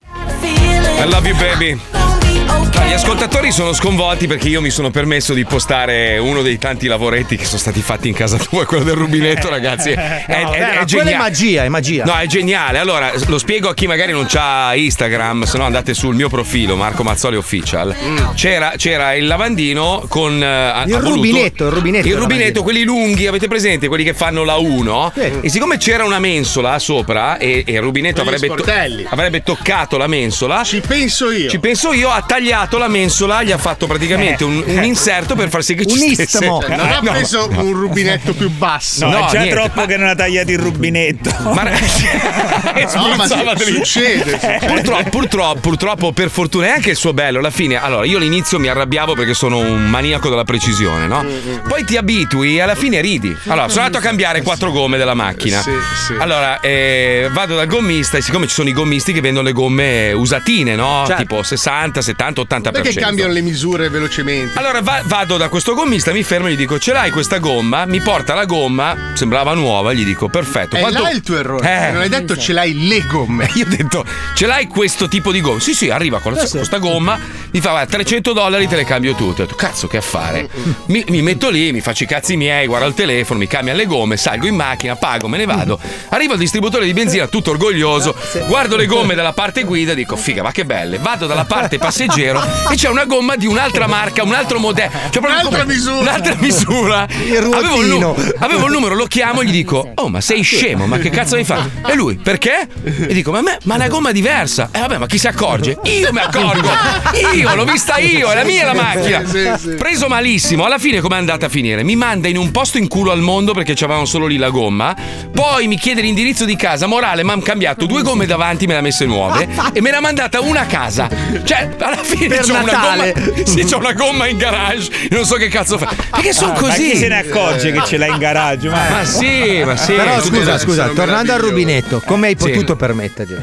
I love you, baby. Ah, gli ascoltatori sono sconvolti perché io mi sono permesso di postare uno dei tanti lavoretti che sono stati fatti in casa tua, quello del rubinetto, ragazzi. È, è, No, è, beh, è ma geniale. quella è magia, è magia. No, è geniale. Allora, lo spiego a chi magari non c'ha Instagram, se no andate sul mio profilo, Marco Mazzoli Official. C'era, c'era il lavandino con eh, Il ha voluto- rubinetto, il rubinetto Il del rubinetto, quelli lunghi, avete presente? Quelli che fanno la uno? Sì. E siccome c'era una mensola sopra e, e il rubinetto Quelli avrebbe, to- sportelli. avrebbe toccato la mensola, Ci penso io. ci penso io, ha tagliato la mensola, gli ha fatto praticamente un, un inserto per far sì che ci Un stesse. istmo. Cioè, non ha No, preso no. un rubinetto più basso. No, No, è già niente. troppo che non ha tagliato il rubinetto. Ma No, ma spruzzava sì, dritto. succede. Purtroppo, purtroppo, purtroppo, per fortuna è anche il suo bello. Alla fine, allora, io all'inizio mi arrabbiavo perché sono un maniaco della precisione, no? Poi ti abitui e alla fine ridi. Allora, sono andato a cambiare quattro gomme della macchina. Sì, sì. Allora, eh, vado dal gommista e siccome ci sono i gommisti che vendono le gomme usatine, no? Certo. Tipo sessanta, settanta, ottanta per cento. Perché cambiano le misure velocemente? Allora va- vado da questo gommista, mi fermo e gli dico: ce l'hai questa gomma? Mi porta la gomma, sembrava nuova, gli dico: perfetto. È quanto- là il tuo errore. Eh. Non hai detto ce l'hai le gomme. Io ho detto: ce l'hai questo tipo di gomma? Sì, sì, arriva con questa gomma, mi fa: "Guarda, trecento dollari te le cambio tutte. Ho detto: cazzo, che affare? Mi, mi metto lì, mi faccio i cazzi miei, guardo il telefono, mi cambia le gomme, salgo in macchina, pago, me ne vado. Arrivo al distributore di benzina, tutto orgoglioso, guardo le gomme dalla parte guida, dico: figa, ma che belle. Vado dalla parte passeggero e c'è una gomma di un'altra marca, un altro modello. Cioè, proprio Un'altra come- misura. Un'altra misura. Avevo il, nu- avevo il numero, lo chiamo e gli dico: oh, ma sei scemo, ma che cazzo hai fatto? E lui: perché? E dico: ma, me, ma è una gomma diversa. E vabbè, ma chi si accorge? Io mi accorgo. Io l'ho vista io, è la mia la macchina. Sì, sì. Preso malissimo. Alla fine come è andata a finire? Mi manda in un posto in culo al mondo perché c'avevano solo lì la gomma. Poi mi chiede l'indirizzo di casa. Morale, mi hanno cambiato due gomme davanti, me le ha messe nuove e me ne ha mandata una a casa. Cioè, alla fine Per c'ho una Natale. gomma. Sì, c'ho una gomma in garage. Non so che cazzo fa. Perché sono Ma così. chi se ne accorge che ce l'hai in garage? Ma, Ma sì, ma sì. Però tutte scusa, le- scusa, sono tornando al meravigliosi. rubinetto, come hai Sì. potuto permetterglielo?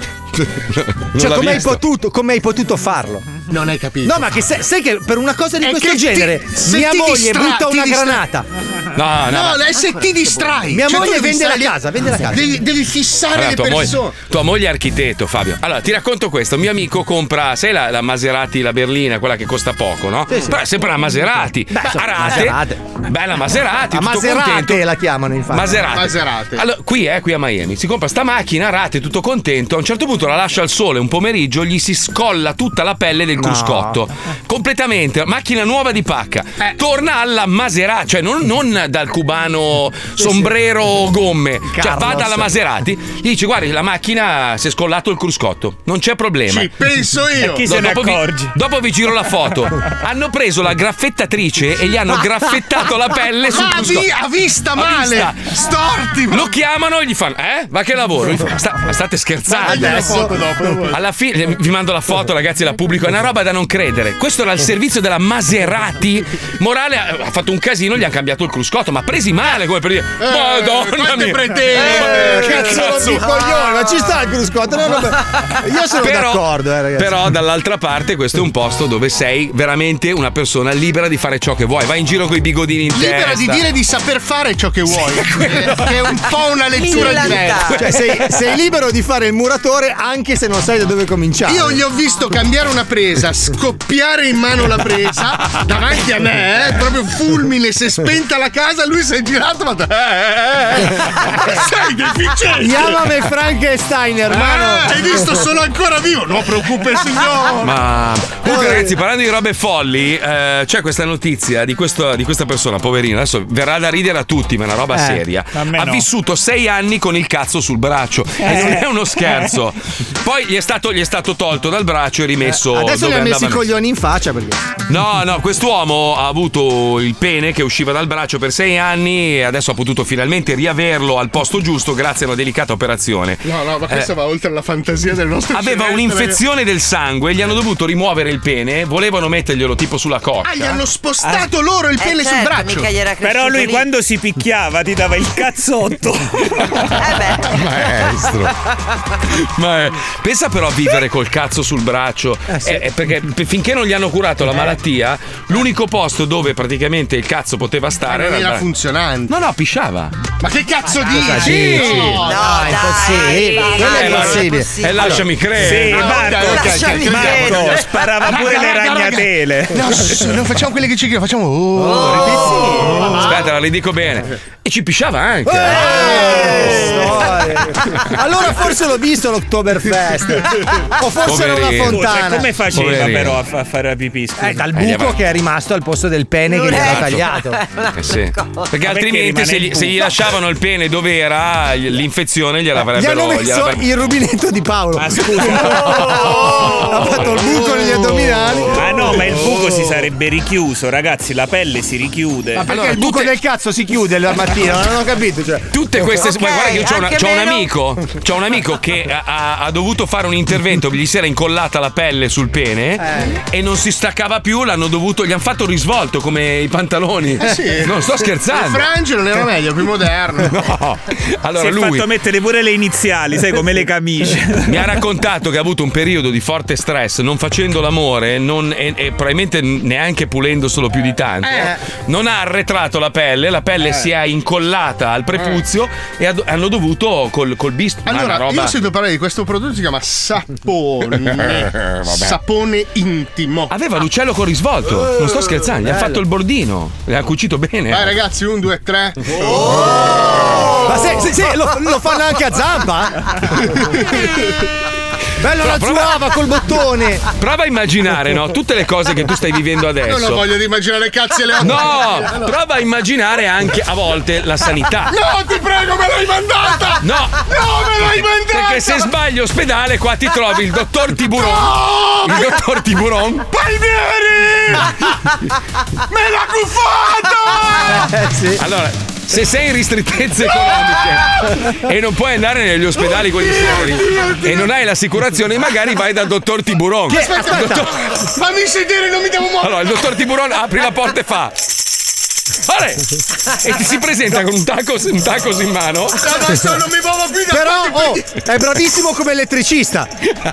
Non Cioè, l'ha come hai, visto. potuto, come hai potuto farlo? Non hai capito. No, ma che sai, sai che per una cosa di È questo che ti- genere se mia ti moglie distra- butta ti una distra- granata. No, no. No, ma- lei se ti distrai. Mia Cioè, tu moglie devi vende la stare lì- casa, vende la casa. Devi, devi fissare Allora, le tua, persone. moglie, tua moglie è architetto, Fabio. Allora, ti racconto questo. Un mio amico compra, sai la, la Maserati, la berlina, quella che costa poco, no? Sì, sì. Però è sempre una Maserati. Beh, a insomma, rate. Maserati. Bella Maserati. A tutto Maserate contento. la chiamano, infatti. Maserati. Maserati. Allora, qui, eh, qui a Miami. Si compra sta macchina, a rate, tutto contento. A un certo punto la lascia al sole un pomeriggio, gli si scolla tutta la pelle del cruscotto. Completamente. Macchina nuova di pacca. Torna alla Maserati, cioè non, non dal cubano sombrero gomme. Cioè va Carlos. dalla Maserati. Gli dice: guardi, la macchina si è scollato il cruscotto. Non c'è problema. Ci penso io. chi se ne dopo, vi, accorge? dopo vi giro la foto. Hanno preso la graffettatrice e gli hanno graffettato la pelle sul Ma a cruscotto. vi- a vista A male. vista. Storti. Lo chiamano e gli fanno: eh? Ma che lavoro? Gli fa, "Ma sta- ma state scherzando? Dagli una foto dopo. Alla fine vi mando la foto, ragazzi, la pubblico. È una roba da non credere. Questo era il servizio della Maserati. Morale ha ha fatto un casino, gli hanno cambiato il cruscotto, ma presi male come per dire: Madonna quante mia. pretese. Eh, che Cazzo di coglione, ma ci sta il cruscotto. No, no, beh, io sono Però- d'accordo, eh, ragazzi. Però dall'altra parte questo è un posto dove sei veramente una persona libera di fare ciò che vuoi. Vai in giro con i bigodini in Libera testa. di dire di saper fare ciò che vuoi. Che è un po' una lettura diversa. Cioè, sei, sei libero di fare il muratore anche se non sai da dove cominciare. Io gli ho visto cambiare una presa, scoppiare in mano la presa davanti a me, eh, proprio fulmine, si è spenta la casa, lui si è girato, ma eh, eh, eh, sei deficiente. Chiamami Frankenstein, hermano. Ah, hai visto, sono ancora vivo. Non preoccupa il signore. Ma comunque, ragazzi, parlando di robe folli, eh, c'è questa notizia di, questo, di questa persona, poverina. Adesso verrà da ridere a tutti, ma è una roba Eh, seria. a me Ha no. vissuto sei anni con il cazzo sul braccio. E non è uno scherzo. Poi gli è stato, gli è stato tolto dal braccio e rimesso. Adesso dove gli ha messo i andava messo. coglioni in faccia perché. No, no, quest'uomo ha avuto il pene che usciva dal braccio per sei anni e adesso ha potuto finalmente riaverlo al posto giusto grazie a una delicata operazione. No, No, no, ma questo Eh. va oltre la fantasia del nostro Aveva cervello, un'infezione del sangue, gli hanno dovuto rimuovere il pene, volevano metterglielo tipo sulla coccia. Ah, gli hanno spostato loro il Eh, pene sul certo, braccio. mica gli era Però cresciuto lui lì. quando si picchiava ti dava il cazzotto. Maestro. Ma è- pensa però a vivere col cazzo sul braccio. Eh, eh, perché p- finché non gli hanno curato la malattia, l'unico posto dove praticamente il cazzo poteva stare non il era bra- funzionante. No, no, pisciava. Ma che cazzo cosa dici? dici? No, dai, impossibile. Quello è Eh, impossibile. E lasciami credere. Sì, Ah, Marco, ok, ok, lasciami ok, Marco, ok. sparava Raga, pure le raga, raga. ragnatele. No, s- non facciamo quelli che ci chiedono, facciamo. Oh, ripeti. Aspetta, la ridico bene. E ci pisciava anche. Allora forse l'ho visto l'Oktoberfest. O forse era una Poverino. fontana. Scusa, come faceva Poverino. però a, fa- a fare la pipì? scusa? Eh, dal Eh, gli buco avrà- che è rimasto al posto del pene che gli era Esatto. tagliato. Eh sì. Perché perché altrimenti rimane se il gli, se gli buco? lasciavano il pene dove era, l'infezione Gli gliel'avrebbero. hanno messo gliel'avrebbero- il rubinetto di Paolo. Ma scusa. Ha fatto il buco negli addominali. Ma no, ma il buco si sarebbe richiuso, ragazzi, la pelle si richiude. Ma perché Allora, il buco tutte- del cazzo si chiude la mattina? Non ho capito. Cioè. Tutte queste. Ok, ma guarda che io c'ho, una- anche c'ho un meno. amico. C'ho un amico che ha, ha dovuto fare un intervento, gli si era incollata la pelle sul pene e non si staccava più. L'hanno dovuto. Gli hanno fatto un risvolto come i pantaloni. Eh sì. Non sto Il scherzando. frange non era meglio, più moderno. No. Allora si è lui fatto mettere pure le iniziali, sai, come le camicie. mi ha raccontato che ha avuto un periodo di forte stress, non facendo l'amore non- e, e probabilmente neanche pulendoselo più di tanto. Eh. Non ha arretrato la pelle, la pelle si è incollata al prepuzio e ha- hanno dovuto col, col bisturi. ma Allora, una roba... io sento parlare di questo prodotto, si chiama sapone. Vabbè. Sapone intimo. Aveva l'uccello con risvolto, non sto scherzando, gli ha bello. fatto il bordino, l'ha cucito bene. Vai ragazzi, un, due, tre. Ma se, se- se- lo, lo fanno anche a zampa? Bello la prova- zuava col bottone. Prova a immaginare, no? Tutte le cose che tu stai vivendo adesso. Non ho voglia di immaginare cazzi e le No, prova a immaginare anche a volte la sanità. No, ti prego, me l'hai mandata! No! No, me l'hai mandata! Perché se sbagli ospedale qua ti trovi il dottor Tiburon. No! Il dottor Tiburon. Palmieri! Me l'ha cuffato! Eh sì. Allora, se sei in ristrettezze economiche e non puoi andare negli ospedali quelli seri e non hai l'assicurazione, magari vai dal dottor Tiburon. Aspetta, Il dottor- fammi sedere, non mi devo muovere! Allora, il dottor Tiburon apri la porta e fa. Vale! E ti si presenta con un tacos, un tacos in mano. Adesso non mi muovo più da Però questi oh, è bravissimo come elettricista.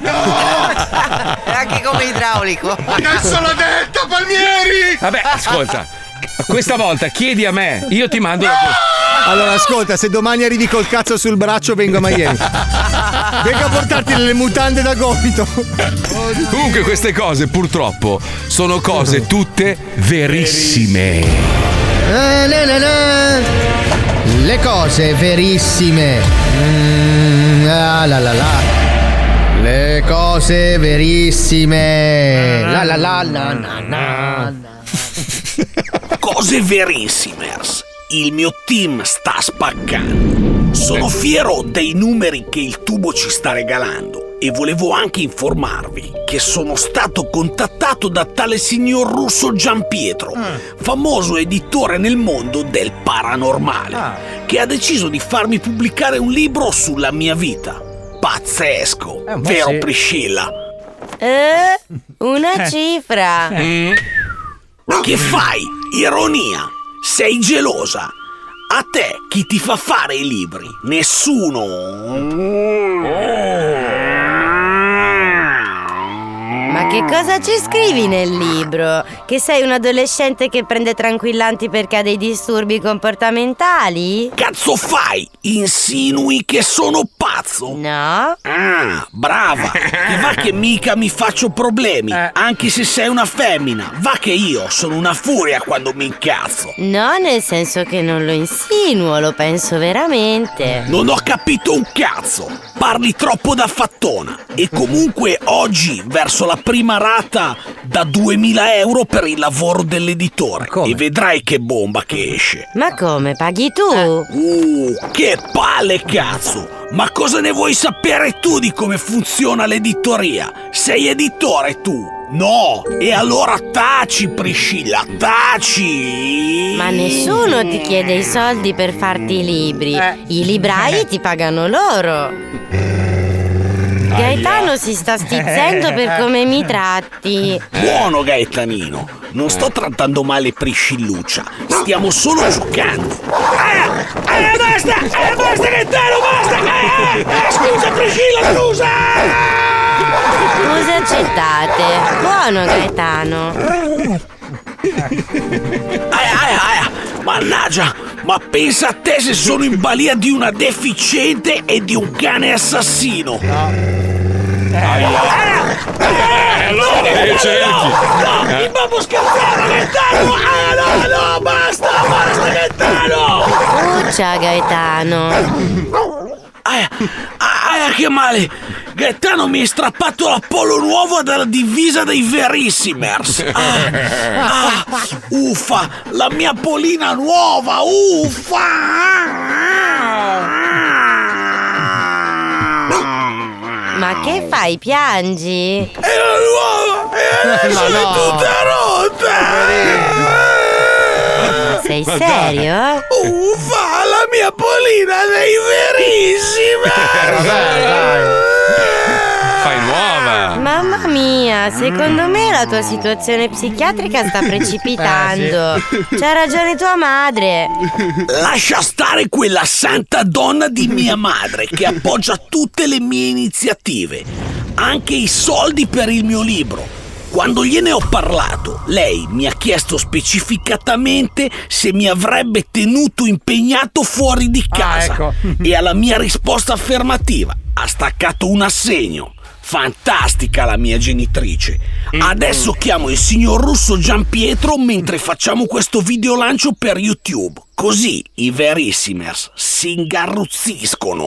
Anche come idraulico. Adesso l'ho detto, Palmieri! Vabbè, ascolta. Questa volta chiedi a me, io ti mando la Allora ascolta, se domani arrivi col cazzo sul braccio vengo a Miami. Vengo a portarti le mutande da gomito. Comunque queste cose purtroppo sono cose tutte verissime. Eh, na, na, na. Le cose verissime. Mm, ah, la, la, la. Le cose verissime. La la la la na, na. Cose verissimers. Il mio team sta spaccando. Sono fiero dei numeri che il tubo ci sta regalando e volevo anche informarvi che sono stato contattato da tale signor Russo Giampietro, famoso editore nel mondo del paranormale, che ha deciso di farmi pubblicare un libro sulla mia vita. Pazzesco, un po' vero sì. Priscilla? Eh, una cifra. Che fai? Ironia? Sei gelosa? A te chi ti fa fare i libri? Nessuno. Ma che cosa ci scrivi nel libro? Che sei un adolescente che prende tranquillanti perché ha dei disturbi comportamentali? Cazzo fai? Insinui che sono pazzo? No. Ah, brava. Che va che mica mi faccio problemi, anche se sei una femmina. Va che io sono una furia quando mi incazzo. No, nel senso che non lo insinuo, lo penso veramente. Non ho capito un cazzo. Parli troppo da fattona. E comunque oggi verso la prima rata da duemila euro per il lavoro dell'editore. E vedrai che bomba che esce. Ma come, paghi tu? Uh, che palle cazzo! Ma cosa ne vuoi sapere tu di come funziona l'editoria? Sei editore tu? No! E allora taci, Priscilla, taci! Ma nessuno ti chiede i soldi per farti i libri. I librai ti pagano loro. Gaetano si sta stizzendo per come mi tratti. Buono Gaetanino, non sto trattando male Priscilluccia, stiamo solo giocando. Ah, ah, basta, ah, basta Gaetano, basta! Ah, ah, scusa Priscilla, scusa! Scuse accettate. Buono Gaetano. Aia, aia, aia, mannaggia, ma pensa a te se sono in balia di una deficiente e di un cane assassino. Aia. Eh, allora no, cerchi. no, no, il babbo scherzava Gaetano! Ah, no, no, basta, basta Gaetano! Ciao Gaetano. Aia, aia, che male! Gaetano mi hai strappato l'Apollo nuovo dalla divisa dei Verissimers. Ah, ah, uffa, la mia Polina nuova, uffa! Ma che fai, piangi? È la nuova! È Ma no. no. tutta rotta! Sei serio? Uffa, la mia Polina dei Verissimers! Fai nuova! Mamma mia, secondo me la tua situazione psichiatrica sta precipitando. C'ha ragione tua madre. Lascia stare quella santa donna di mia madre che appoggia tutte le mie iniziative, anche i soldi per il mio libro. Quando gliene ho parlato, lei mi ha chiesto specificatamente se mi avrebbe tenuto impegnato fuori di casa. Ah, ecco. E alla mia risposta affermativa ha staccato un assegno. Fantastica la mia genitrice. Adesso chiamo il signor Russo Giampietro mentre facciamo questo video lancio per YouTube. Così i Verissimers si ingarruzziscono.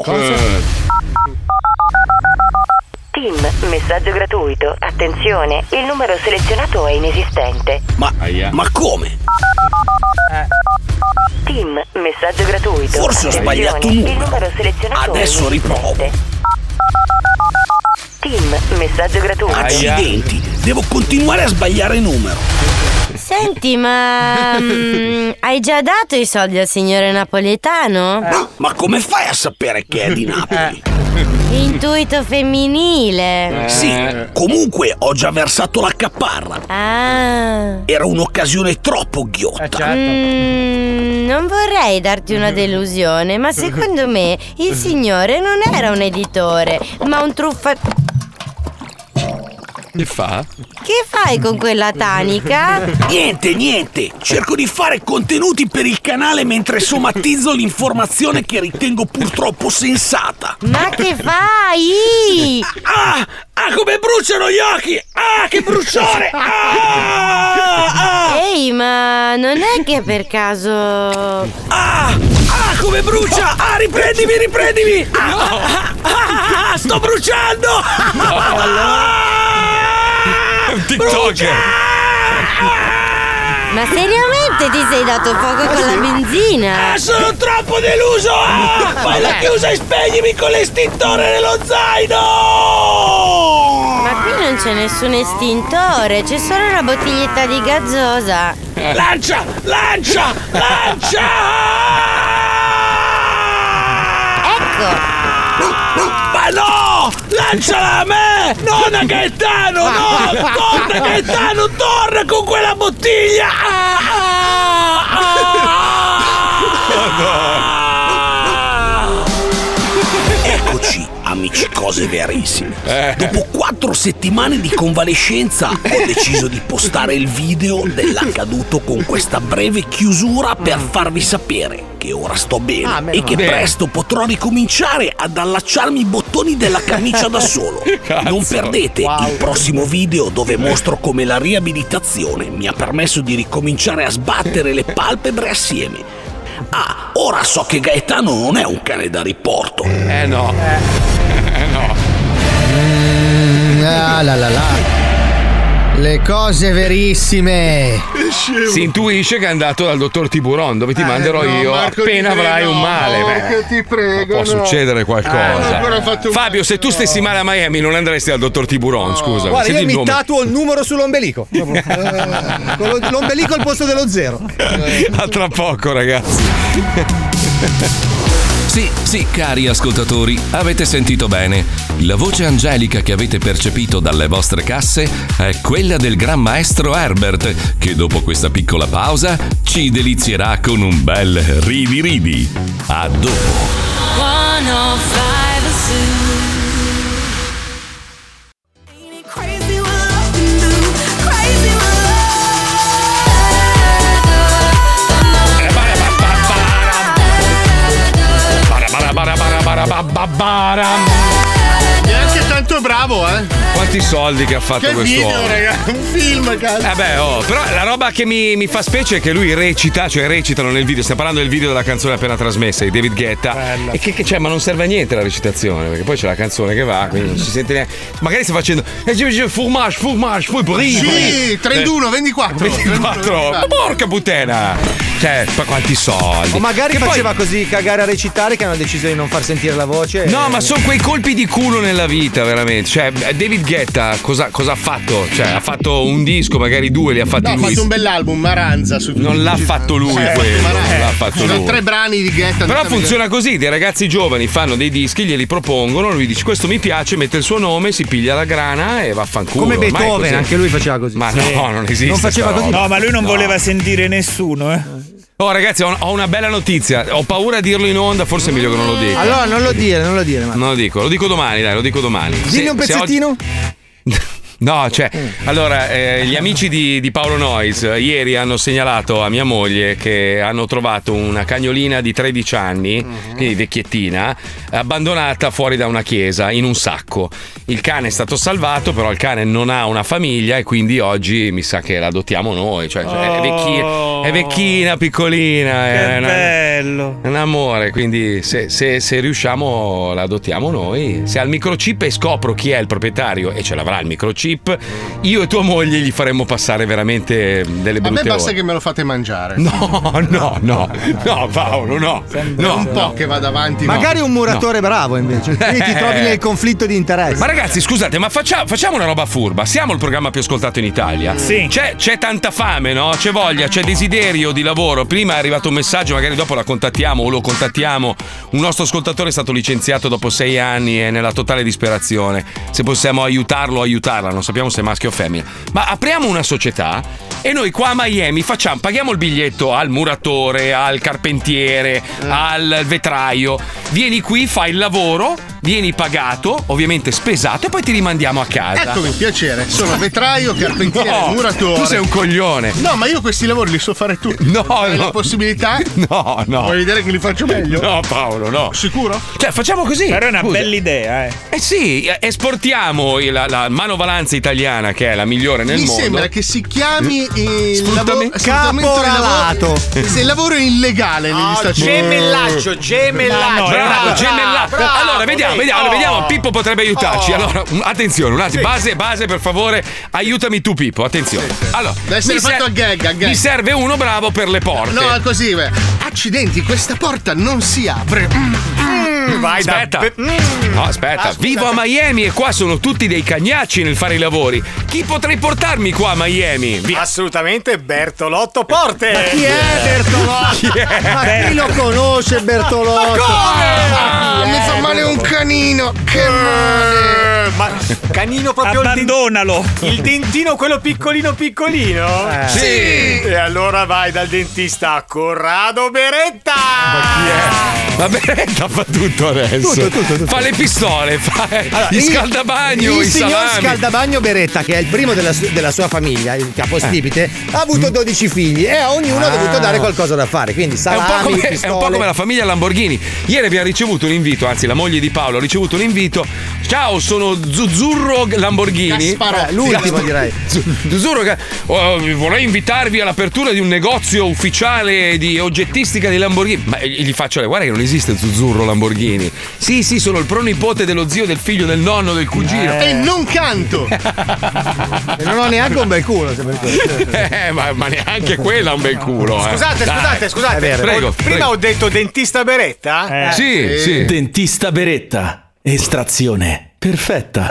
Team, messaggio gratuito. Attenzione, il numero selezionato è inesistente. Ma, ma come? Team, messaggio gratuito. Forse ho sbagliato un Attenzione, il numero. numero selezionato Adesso è riprovo. Team, messaggio gratuito. Accidenti, devo continuare a sbagliare numero. Senti, ma mm, hai già dato i soldi al signore napoletano? Ma, ma come fai a sapere che è di Napoli? Intuito femminile. Sì, comunque ho già versato la caparra. Ah. Era un'occasione troppo ghiotta. Mm, non vorrei darti una delusione, ma secondo me il signore non era un editore, ma un truffatore. Che fa? Che fai con quella tanica? Niente, niente. Cerco di fare contenuti per il canale mentre somatizzo l'informazione che ritengo purtroppo sensata. Ma che fai? Ah, ah, come bruciano gli occhi! Ah, che bruciore! Ah, ah. Ehi, ma non è che per caso... Ah, ah, come brucia! Ah, riprendimi, riprendimi! Ah, ah, ah, ah, ah, sto bruciando! Un TikToker! Ma seriamente ti sei dato fuoco con la benzina? Ah, sono troppo deluso! Ah, fai la chiusa e spegnimi con l'estintore nello zaino! Ma qui non c'è nessun estintore, c'è solo una bottiglietta di gazzosa. Lancia! Lancia! Lancia! Ecco! Ma no! Lanciala a me! Non a Gaetano! No! Torna Gaetano! Torna con quella bottiglia! Ah, ah, ah. Eccoci, amici cose verissime. Dopo quattro settimane di convalescenza ho deciso di postare il video dell'accaduto con questa breve chiusura per farvi sapere che ora sto bene Ah, meno e che male. presto potrò ricominciare ad allacciarmi i bottoni della camicia da solo. Cazzo. Non perdete Wow. il prossimo video dove mostro come la riabilitazione mi ha permesso di ricominciare a sbattere le palpebre assieme. Ah, ora so che Gaetano non è un cane da riporto. Eh no. Eh no. Mm, ah, la la la. Le cose verissime. Si intuisce che è andato dal dottor Tiburon, dove ti Eh, manderò no, io Marco, appena ti avrai prego, un male. no, Beh, che ti prego, può no. succedere Eh, non ho qualcosa. ancora fatto un Fabio, se tu stessi male a Miami non andresti dal dottor Tiburon, scusa. Guarda, senti io il mi nome. tatuo il numero sull'ombelico. Proprio. Eh, con lo- l'ombelico al posto dello zero. A tra poco, ragazzi. Sì, sì, cari ascoltatori, avete sentito bene. La voce angelica che avete percepito dalle vostre casse è quella del gran maestro Herbert, che dopo questa piccola pausa ci delizierà con un bel ridi ridi. A dopo. Neanche tanto bravo, eh. Quanti soldi che ha fatto Che quest'uomo. video, raga, un film, cazzo. Eh beh, oh, però la roba che mi, mi fa specie è che lui recita, cioè recitano nel video, stiamo parlando del video della canzone appena trasmessa di David Guetta. Bella. E che, che c'è, ma non serve a niente la recitazione, perché poi c'è la canzone che va, quindi non si sente neanche. Magari sta facendo formage, formage, poi brie, Sì, trentuno, ventiquattro. ventiquattro. Ma porca puttana! Cioè, ma quanti soldi? O magari Che faceva poi... così cagare a recitare che hanno deciso di non far sentire la voce. No, e... ma sono quei colpi di culo nella vita, veramente. Cioè, David Guetta cosa, cosa ha fatto? Cioè, ha fatto un disco, magari due li ha fatti No, ha lui. fatto un bell'album, Maranza. Su Non l'ha fatto lui Eh, quello, Maranza. non l'ha fatto Sono lui. tre brani di Guetta. Però funziona così, dei ragazzi giovani fanno dei dischi, glieli propongono, lui dice questo mi piace, mette il suo nome, si piglia la grana e vaffanculo. Come Ormai è Beethoven, così. anche lui faceva così. Ma Sì. no, non esiste. Non faceva sta così. roba. No, ma lui non No. voleva sentire nessuno, eh. Oh ragazzi, ho, ho una bella notizia. Ho paura a dirlo in onda, forse è meglio che non lo dica. Allora non lo dire, non lo dire. Ma... Non lo dico, lo dico domani, dai, lo dico domani. Dimmi Se- un se pezzettino. oggi- No, cioè, allora, eh, gli amici di, di Paolo Noyes eh, ieri hanno segnalato a mia moglie che hanno trovato una cagnolina di tredici anni, quindi vecchiettina, abbandonata fuori da una chiesa in un sacco. Il cane è stato salvato, però il cane non ha una famiglia e quindi oggi mi sa che la adottiamo noi. Cioè, cioè, è, vecchina, è vecchina, piccolina. Che è una- bello. È un amore, quindi se, se- se riusciamo la adottiamo noi. Se ha il microchip e scopro chi è il proprietario e ce l'avrà il microchip, io e tua moglie gli faremmo passare veramente delle A me brutte basta ore. che me lo fate mangiare. No, no, no, no, Paolo, no. no un po' che vada avanti. Magari no. un muratore bravo invece. Quindi ti trovi nel conflitto di interesse. Ma ragazzi, scusate, ma facciamo, facciamo una roba furba. Siamo il programma più ascoltato in Italia. Sì. C'è, c'è tanta fame, no? C'è voglia, c'è desiderio di lavoro. Prima è arrivato un messaggio, magari dopo la contattiamo o lo contattiamo. Un nostro ascoltatore è stato licenziato dopo sei anni e nella totale disperazione. Se possiamo aiutarlo o aiutarla, non sappiamo se è maschio o femmina. Ma apriamo una società e noi qua a Miami facciamo, paghiamo il biglietto al muratore, al carpentiere, al vetraio. Vieni qui, fai il lavoro, vieni pagato, ovviamente spesato, e poi ti rimandiamo a casa. Eccomi, piacere. Sono vetraio, carpentiere, No, muratore. tu sei un coglione. No, ma io questi lavori li so fare tu. No, Hai no. la possibilità? No, no. Vuoi vedere che li faccio meglio? No, Paolo, no. Sicuro? Cioè, facciamo così. Però è una Scusa. bella idea, eh. Eh sì, esportiamo la, la manovalanza italiana che è la migliore nel Mi mondo. sembra che si chiami il Sfruttame- lavoro Caporalato. Se il lavoro è illegale negli Stati Uniti. Gemellaggio, gemellaggio. No, no, Bravo, bravo, gemellato. bravo, allora, vediamo, vedi? vediamo, Oh. vediamo. Pippo potrebbe aiutarci. Oh. Allora, un- attenzione, un attimo. Base, base, per favore, aiutami tu, Pippo. Attenzione. Allora, Deve essere mi fatto a gag, a gag. Mi serve uno bravo per le porte. No, è così. beh. Accidenti, questa porta non si apre. Mm, vai da- Aspetta. Be- mm. No, aspetta. Ah, Vivo a Miami e qua sono tutti dei cagnacci nel fare i lavori. Chi potrei portarmi qua a Miami? Via. Assolutamente Bertolotto Porte. Ma chi è Bertolotto? Chi è? Ma chi lo conosce Bertolotto? Ah, mi fa male un canino. Che male. Eh, Ma canino proprio il, Abbandonalo. den- il dentino, quello piccolino piccolino? Eh. Sì. E allora vai dal dentista Corrado Beretta. Ma Beretta fa tutto adesso. Tutto, tutto, tutto. Fa le pistole, fa Allora, gli il- scaldabagno, il i signor salami. Scaldabagno Beretta, che è il primo della, su- della sua famiglia, il capostipite, ha Mm. avuto dodici figli e a ognuno ha dovuto dare qualcosa da fare. Quindi È un, salami, po' come, è pistole. un po' come la famiglia Lamborghini. Ieri abbiamo ricevuto un invito, anzi la moglie di Paolo ha ricevuto un invito. Ciao, sono Zuzzurro Lamborghini. Gasparotti. Eh, l'ultimo direi. Z- Zuzzurro, che- oh, vorrei invitarvi all'apertura di un negozio ufficiale di oggettistica di Lamborghini. Ma gli faccio, guarda che non esiste Zuzzurro Lamborghini. Sì, sì, sono il pronipote dello zio, del figlio, del nonno, del cugino. E non canto. E non ho neanche un bel culo. Se per questo. Eh, ma, ma neanche quella ha un bel culo. eh. Scusate, Dai. scusate, scusate. È vero. Prego, Ho- Prima prego. ho detto dentista Beretta? Eh. Sì, sì. Dentista Beretta. Estrazione perfetta.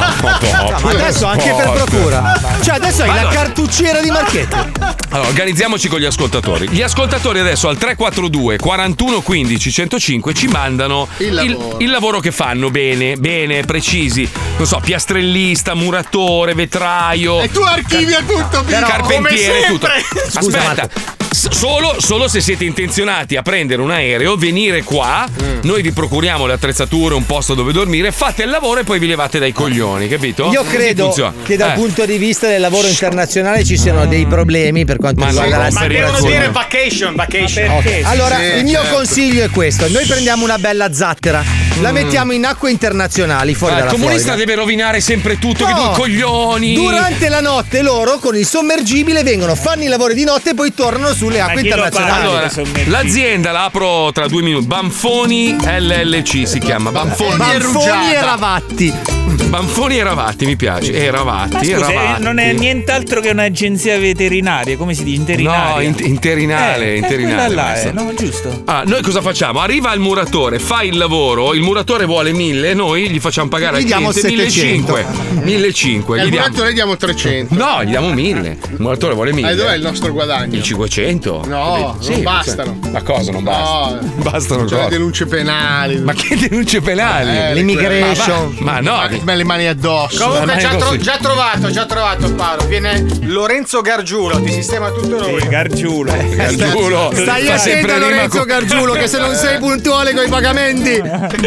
No, ma adesso anche per procura. Cioè adesso hai Allora. la cartucciera di Marchetti. Allora, organizziamoci con gli ascoltatori. Gli ascoltatori adesso al tre quattro due quarantuno quindici centocinque ci mandano Il lavoro. il lavoro che fanno bene, bene, precisi. Non so, piastrellista, muratore, vetraio. E tu archivia tutto, Però, carpentiere, come tutto. sempre. Scusa, Aspetta. S- Solo, solo se siete intenzionati a prendere un aereo, venire qua, noi vi procuriamo le attrezzature, un posto dove dormire, fate il lavoro e poi vi levate dai coglioni, capito? Io Così credo funziona. che dal Eh. punto di vista del lavoro internazionale ci siano dei problemi per quanto Ma riguarda no, la Ma devono assicurazione. dire vacation, vacation. Ok, allora Sì, il mio certo. consiglio è questo: noi prendiamo una bella zattera, la mettiamo in acque internazionali fuori Ah, il dalla comunista Florida. deve rovinare sempre tutto, che No. due coglioni. Durante la notte loro con il sommergibile vengono, fanno i lavori di notte e poi tornano sulle acque chi lo internazionali. Allora, l'azienda la apro tra due minuti. Banfoni L L C si chiama. Banfoni, Banfoni e Ravatti. Banfoni e Ravatti, mi piace. E Ravatti, Ma e scusa, eh, Ravatti. non è nient'altro che un'agenzia veterinaria, come si dice? Interinaria. No, in- interinale, Eh, interinale. eh, quella là maestro. è, no, giusto. Ah, noi cosa facciamo? Arriva il muratore, fa il lavoro, il muratore vuole mille, noi gli facciamo pagare Gli al diamo cliente settecento. millecinquecento. millecinquecento. E Gli al diamo. muratore diamo trecento. No, gli diamo mille. Il muratore vuole mille. E dov'è il nostro guadagno? Il cinquecento. No, Sì, non bastano. sì. Ma cosa non basta? No, Bastano c'è le cosa? denunce penali. Ma che denunce penali? Eh, L'immigration. Ma, ma, ma no. Ma le mani addosso. Comunque, Ma già, è tro- così. già trovato, già trovato Paolo. Viene Lorenzo Gargiulo, ti sistema tutto lui. Sì, Gargiulo. Gargiulo. Stai Fa attento sempre a rima Lorenzo con- Gargiulo che se non sei puntuale con i pagamenti.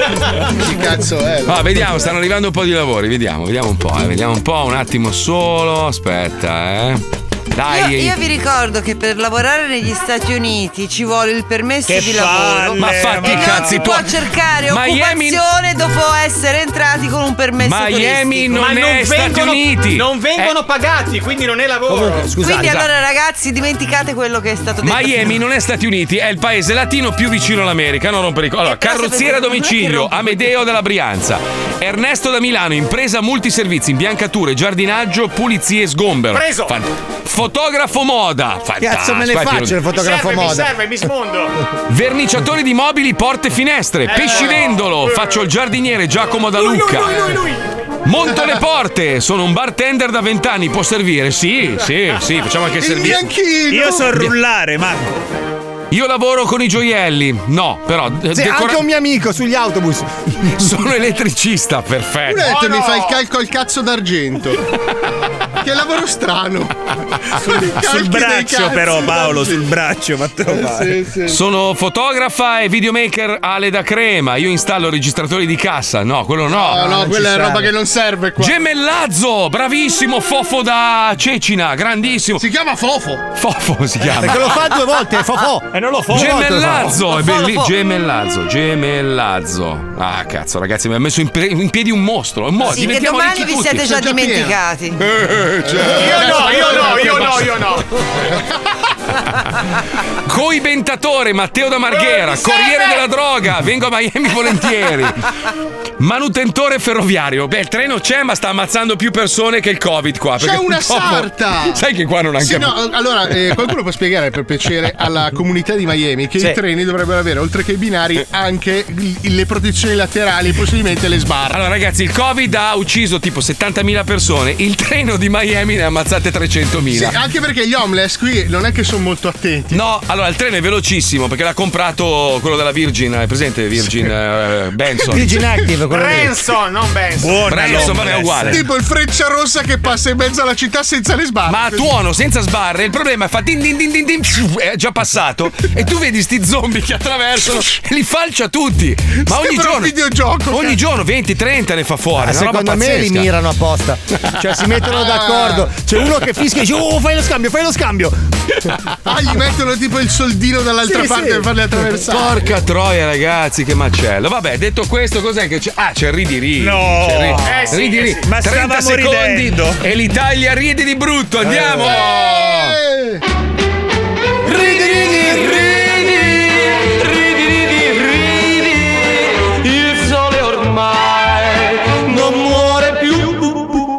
Che cazzo è? Ah, vediamo, stanno arrivando un po' di lavori, vediamo, vediamo un po', eh, vediamo un po', un attimo solo, aspetta, eh. Io, Dai. io vi ricordo che per lavorare negli Stati Uniti ci vuole il permesso Che di palle, lavoro. Ma fatti e i non cazzi si tuoi. può cercare Miami- occupazione dopo essere entrati con un permesso Miami turistico. non Ma è non Stati vengono, Uniti. non vengono pagati, quindi non è lavoro. Comunque, scusate. Quindi esatto. allora ragazzi dimenticate quello che è stato detto. Miami non è Stati Uniti, è il paese latino più vicino all'America, non rompere i co- Allora, Eh, però carrozziere a sapete, non è che domicilio, rompe- Amedeo della Brianza, Ernesto da Milano, impresa multiservizi, imbiancature, giardinaggio, pulizie, sgombero. Preso. Fan- Fotografo moda. Cazzo me le Fantastico. faccio il Mi fotografo serve, mi moda. serve, mi smondo. Verniciatori di mobili, porte e finestre, pescivendolo, faccio il giardiniere Giacomo da Lui, lui, Lucca. lui, lui, lui. Monto le porte, sono un bartender da vent'anni, può servire? Sì, sì, sì, facciamo anche Il servire. bianchino. Io so rullare, Marco. Io lavoro con i gioielli. No, però eh, Sì, decora- anche un mio amico sugli autobus. sono elettricista, perfetto. Uno ha detto Oh, mi no. fa il calco al cazzo d'argento. Che lavoro strano. Sul, sul braccio, però, Paolo, sul braccio, fatelo fare. Sì, sì. Sono fotografa e videomaker Ale da Crema. Io installo registratori di cassa. No, quello no. No, no, non quella ci è roba serve. che non serve qua. Gemellazzo, bravissimo, Fofo da Cecina, grandissimo. Si chiama Fofo. Fofo si chiama. Perché lo fa due volte, fofò. E non lo fa. Gemellazzo, è Lo fa, lo bellissimo. fa. Gemellazzo, gemellazzo. Ah, cazzo, ragazzi, mi ha messo in, pe- in piedi un mostro. Un mo- Sì, che diventiamo domani ricchi vi tutti. siete già Sono già dimenticati. Eh, cioè. Io no, io no, io no, io no. Coibentatore Matteo da Marghera, Eh, mi corriere serve! della droga, vengo a Miami volentieri. Manutentore ferroviario. Beh, il treno c'è, ma sta ammazzando più persone che il Covid qua. C'è perché una purtroppo- sarta. Sai che qua non hanno Sì, capito. no, allora, eh, qualcuno può spiegare per piacere alla comunità di Miami che Sì. i treni dovrebbero avere, oltre che i binari, anche l- le protezioni laterali e possibilmente le sbarre. Allora, ragazzi, il Covid ha ucciso tipo settantamila persone. Il treno di Miami ne ha ammazzate Sì, trecentomila. anche perché gli homeless qui non è che sono molto attenti. No, allora il treno è velocissimo perché l'ha comprato quello della Virgin, è presente Virgin eh, Benson? Virgin Active, quello lì. Branson, non Benson. Buona Branson, vabbè, è uguale. Tipo il freccia rossa che passa in mezzo alla città senza le sbarre. Ma a tuono, senza sbarre, il problema è fa din din din din din, pfiuh, è già passato e tu vedi sti zombie che attraversano e li falcia tutti. Ma ogni Sembra un giorno videogioco, ogni cazzo. giorno venti trenta ne fa fuori, Ma è una roba secondo me li pazzesca. mirano apposta. Cioè si mettono d'accordo. C'è uno che fischia e dice: oh, fai lo scambio, fai lo scambio. Ah, gli mettono tipo il soldino dall'altra Sì, parte sì. per farli attraversare. Porca troia, ragazzi, che macello. Vabbè, detto questo, cos'è che c'è? Ah, c'è il ridi ridi. No. C'è il ridi, Eh sì, ridi, eh ridi. sì. Ma trenta stavamo secondi ridendo. e l'Italia ride di brutto. Andiamo. Eh! Ridi, ridi, ridi, ridi, ridi, ridi. Il sole ormai non muore più. Ragazzi,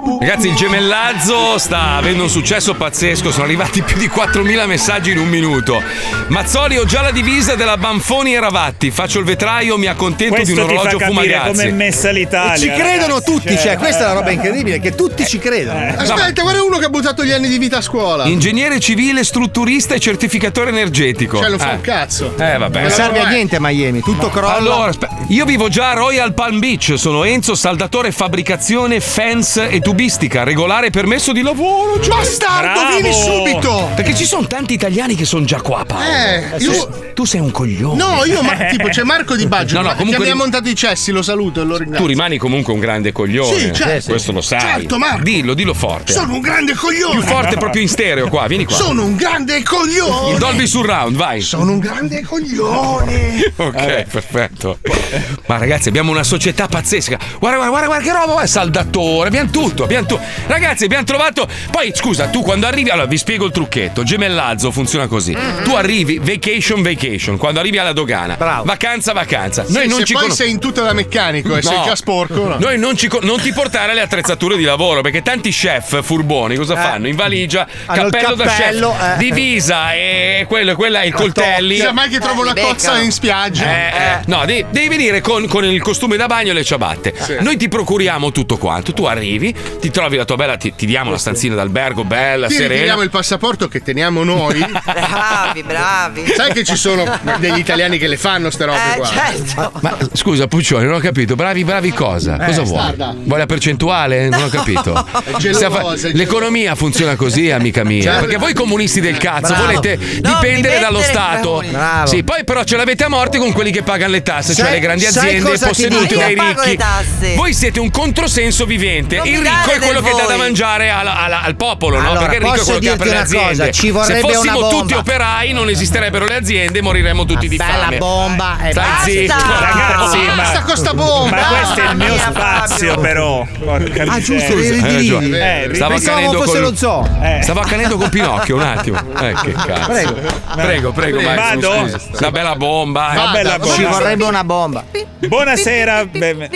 Ragazzi, il gemellazzo sta avendo un successo pazzesco. Sono arrivati più di quattromila messaggi in un minuto. Mazzoli, ho già la divisa della Banfoni e Ravatti. Faccio il vetraio, mi accontento Questo di un ti fa orologio capire Fumagazzi. com'è messa l'Italia. E ci credono ragazzi, tutti, cioè, cioè, questa è la roba incredibile, che tutti ci credono. Eh. Aspetta, guarda uno che ha buttato gli anni di vita a scuola. Ingegnere civile, strutturista e certificatore energetico. Cioè, lo fa Eh. un cazzo. Eh, vabbè. Non serve a niente a Miami, tutto crolla. Allora, aspe- io vivo già a Royal Palm Beach, sono Enzo, saldatore, fabbricazione, fence e tubistica, regolare permesso di lavoro. Cioè. Bastardo, Bravo! vieni subito! Perché ci sono tanti italiani che sono già qua, Paolo. Eh, tu, io- tu sei un coglione. No, io, ma, tipo, c'è Marco Di Baggio No, no, che comunque mi ha ri- montato i cessi, lo saluto e lo ringrazio. Tu rimani comunque un grande coglione. Sì, certo. Questo lo sai. Certo, Marco. Dillo, dillo forte. Sono un grande coglione. Più forte proprio in stereo qua, vieni qua. Sono un grande coglione. Il Dolby Surround, vai. Sono un grande coglione. Ok, perfetto. Ma ragazzi, abbiamo una società pazzesca. Guarda, guarda, guarda, guarda che roba, guarda, saldatore, abbiamo tutto, abbiamo tutto. Ragazzi, abbiamo trovato. Poi, scusa, tu quando arrivi, allora vi spiego il trucchetto. Gemellazzo funziona così. Tu arrivi, vacation, vacation. Quando arrivi alla dogana, Bravo. vacanza, vacanza. Noi Sì, non se ci poi conos- sei in tutta da meccanico e sei già sporco, no? Noi non, ci co- non ti portare le attrezzature di lavoro, perché tanti chef furboni cosa Eh. fanno? In valigia, Hanno il cappello, da cappello, chef, eh. divisa e quello e quella e i coltelli. Chissà mai che trovo una cozza in spiaggia. Eh, eh. No, devi, devi venire con, con il costume da bagno e le ciabatte. Sì. Noi ti procuriamo tutto quanto. Tu arrivi, ti trovi la tua bella, ti, ti diamo una stanzina d'albergo bella, Ti serena. ritiriamo il passaporto che teniamo noi. Bravi, bravi. Sai che ci sono degli italiani che le fanno ste robe Eh, qua. certo. Ma scusa, Puccioni, non ho capito. Bravi, bravi cosa? Eh, cosa vuoi? guarda. Vuoi la percentuale? Non ho capito. È gelosa, Sta fa- è gelosa. L'economia funziona così, amica mia. Certo. Perché voi comunisti del cazzo Bravo. volete Non dipendere mi dallo mettere Stato. froni. Bravo. Sì, poi però ce l'avete a morte con quelli che pagano le tasse, cioè Sai- le grandi sai aziende cosa ti possedute dico? dai Io pago ricchi. le tasse. Voi siete un controsenso vivente. Non Il mi ricco dare è quello del che dà da voi. mangiare alla- alla- al popolo, no? Allora, Perché il ricco è posso quello che apre le dirti una cosa, aziende. ci vorrebbe Se fossimo una bomba. tutti operai, non esisterebbero le aziende e moriremmo tutti di bella fame. bomba e Stai basta. zitto. Ragazzi, ma, Basta con sta bomba. ma questo è il mio Mia, spazio, Fabio. però. Porca Ah, giusto, miseria. vedi, Hai vedi. ragione. Eh, Stavo Pensavamo accanendo fosse con lo zoo. Eh. Stavo accanendo con Pinocchio un attimo. Eh, che cazzo. Prego. Prego, prego, maestro, Vado? scusi. Una bella bomba. eh. Una bella Ci bomba. vorrebbe una bomba. Buonasera. Beh,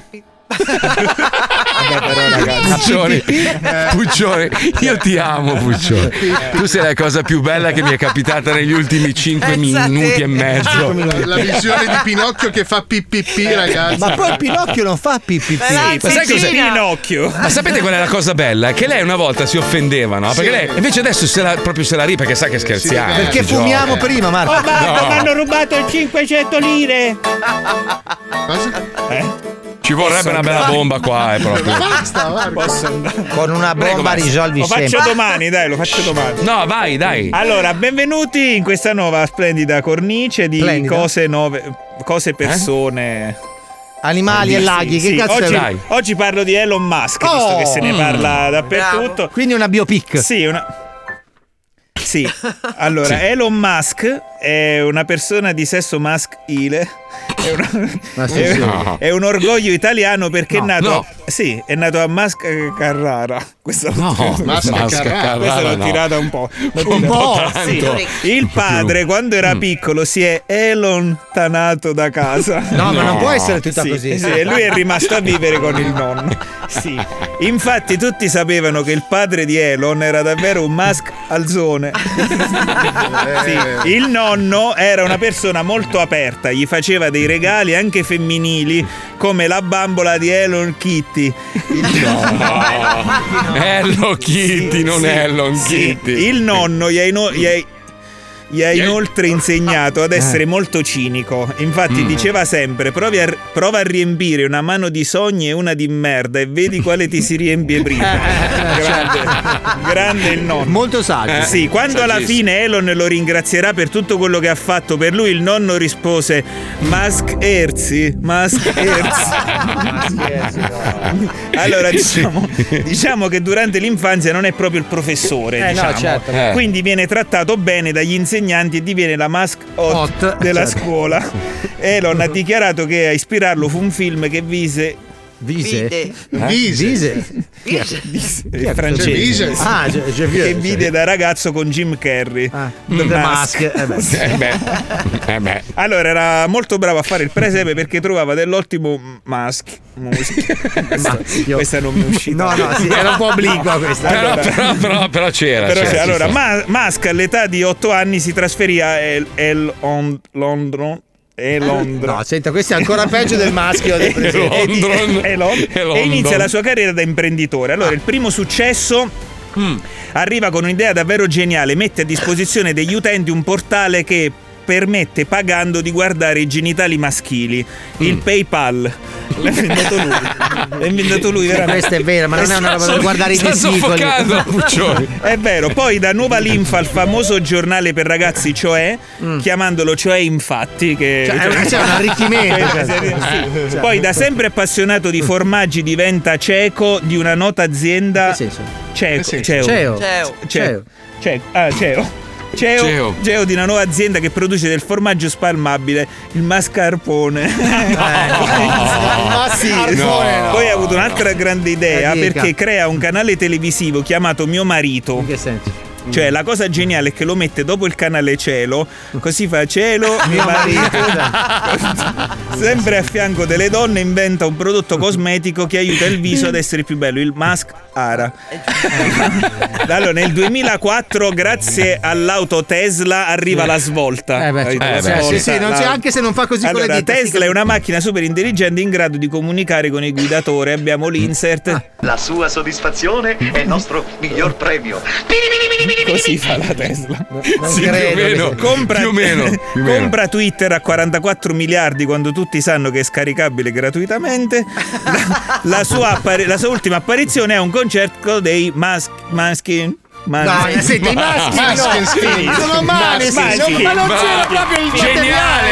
Puccioni, Puccioni, io ti amo, Puccioni. Tu sei la cosa più bella che mi è capitata negli ultimi cinque minuti e mezzo. La visione di Pinocchio che fa pippi, ragazzi. Ma poi Pinocchio non fa pipì. Ma sai cos'è? Pinocchio. Ma sapete qual è la cosa bella? Che lei una volta si offendeva, no? Perché lei invece adesso se la, proprio se la ri perché sa che scherziamo. Perché si fumiamo gioca. prima, Marco. Oh, ma No. mi hanno rubato cinquecento lire. Cosa? Ci vorrebbe una bella bomba qua, è proprio. Basta, Marco. Posso andare? Con una Prego, bomba Max. risolvi Lo faccio sempre. domani, dai, lo faccio domani. No, vai, dai. Allora, benvenuti in questa nuova splendida cornice di Splendida? cose nuove, cose persone. Animali e Sì, laghi, sì. che cazzo oggi, è? oggi parlo di Elon Musk, visto Oh! che se ne parla dappertutto. Quindi una biopic. Sì, una. Sì, allora Sì. Elon Musk è una persona di sesso maschile. È, una- Ma sì, è- sì. No. è un orgoglio italiano perché No, è nato. no. Sì, è nato a Masca Carrara. Questo No, Masca Masca Carrara. Carrara, questa l'ho no. tirata un po'. Un po'. Sì. tanto. Il padre, quando era Mm. piccolo, si è elontanato da casa. No, ma non No. può essere tutta Sì, così. sì, e lui è rimasto a vivere con il nonno. Sì. Infatti, tutti sapevano che il padre di Elon era davvero un Musk alzone. Sì. Il nonno era una persona molto aperta, gli faceva dei regali anche femminili, come la bambola di Elon Kitty. Hello Kitty, non Sì, Elon sì. Kitty. Il nonno gli ha, ino- gli ha- gli ha inoltre insegnato ad essere molto cinico. Infatti Mm. diceva sempre: provi a- prova a riempire una mano di sogni e una di merda e vedi quale ti si riempie prima. Grande, grande il nonno. Molto saggio. Sì, quando alla fine Elon lo ringrazierà per tutto quello che ha fatto per lui, il nonno rispose: Musk Erzi, Musk Erzi. Allora diciamo, diciamo che durante l'infanzia non è proprio il professore, Eh, no, diciamo. certo. Eh. Quindi viene trattato bene dagli insegnanti e diviene la mascot Hot, della certo. scuola. Elon ha dichiarato che a ispirarlo fu un film che vise Vise. Vide. Vise. Vise. Chi è? Francese. Ah, Ge- Ge- che vide da ragazzo con Jim Carrey. Ah, The The Mask. Mask. Eh beh. Eh beh. Eh beh. Allora era molto bravo a fare il presepe perché trovava dell'ottimo mask. Questa, questa non mi è uscita. No, no, sì, era un po' obliqua questa. Però, Allora- però, però, però c'era. Però c'era, sì, ci allora, sta. Ma- Musk all'età di otto anni si trasferì a El, El On- Londra. E Londra. No, senta, questo è ancora peggio del maschio del E, presidente. di- Londron. e Lon- E e London. inizia la sua carriera da imprenditore. Allora, il primo successo arriva con un'idea davvero geniale. Mette a disposizione degli utenti un portale che permette pagando di guardare i genitali maschili. Il PayPal. L'ha inventato lui. L'ha inventato lui, veramente. Questa è vera, ma non è una roba da guardare i sta testicoli. soffocando, Puccioni. È vero, poi da nuova linfa al famoso giornale per ragazzi Cioè, chiamandolo Cioè Infatti che Cioè, è un- c'è un arricchimento, Che- cioè. sì. Cioè. Poi da sempre appassionato di formaggi diventa cieco di una nota azienda. Che senso? Ceco, Che senso? Ceo. Ceo. Ceo. Ceo. Ceo. Ah, Ceo. Ceo, Ceo. Ceo di una nuova azienda che produce del formaggio spalmabile, il mascarpone. Ma sì, No. no. Poi ha avuto un'altra grande idea Eh, dica. perché crea un canale televisivo chiamato Mio Marito. In che senso? Cioè la cosa geniale è che lo mette dopo il canale Cielo, così fa Cielo, mio marito. Sempre a fianco delle donne inventa un prodotto cosmetico che aiuta il viso ad essere più bello, il Mask Ara. Allora nel duemilaquattro grazie all'auto Tesla arriva la svolta. Eh beh, Capito? eh La beh, svolta, sì, sì, non c'è- la- anche se non fa così con le allora, dita, si Tesla è una macchina super intelligente in grado di comunicare con il guidatore. Abbiamo l'insert. La sua soddisfazione è il nostro miglior premio. Così fa la Tesla. Non Sì, credo più o meno, che- compra, più o meno, più o meno. compra Twitter a quarantaquattro miliardi quando tutti sanno che è scaricabile gratuitamente. La, la sua, appari- la sua ultima apparizione è un concerto dei Mas- Manskin. No, senti, i maschi no. Manskin. Sono Maneskin, Manskin. ma non c'era Manskin. proprio il Geniale!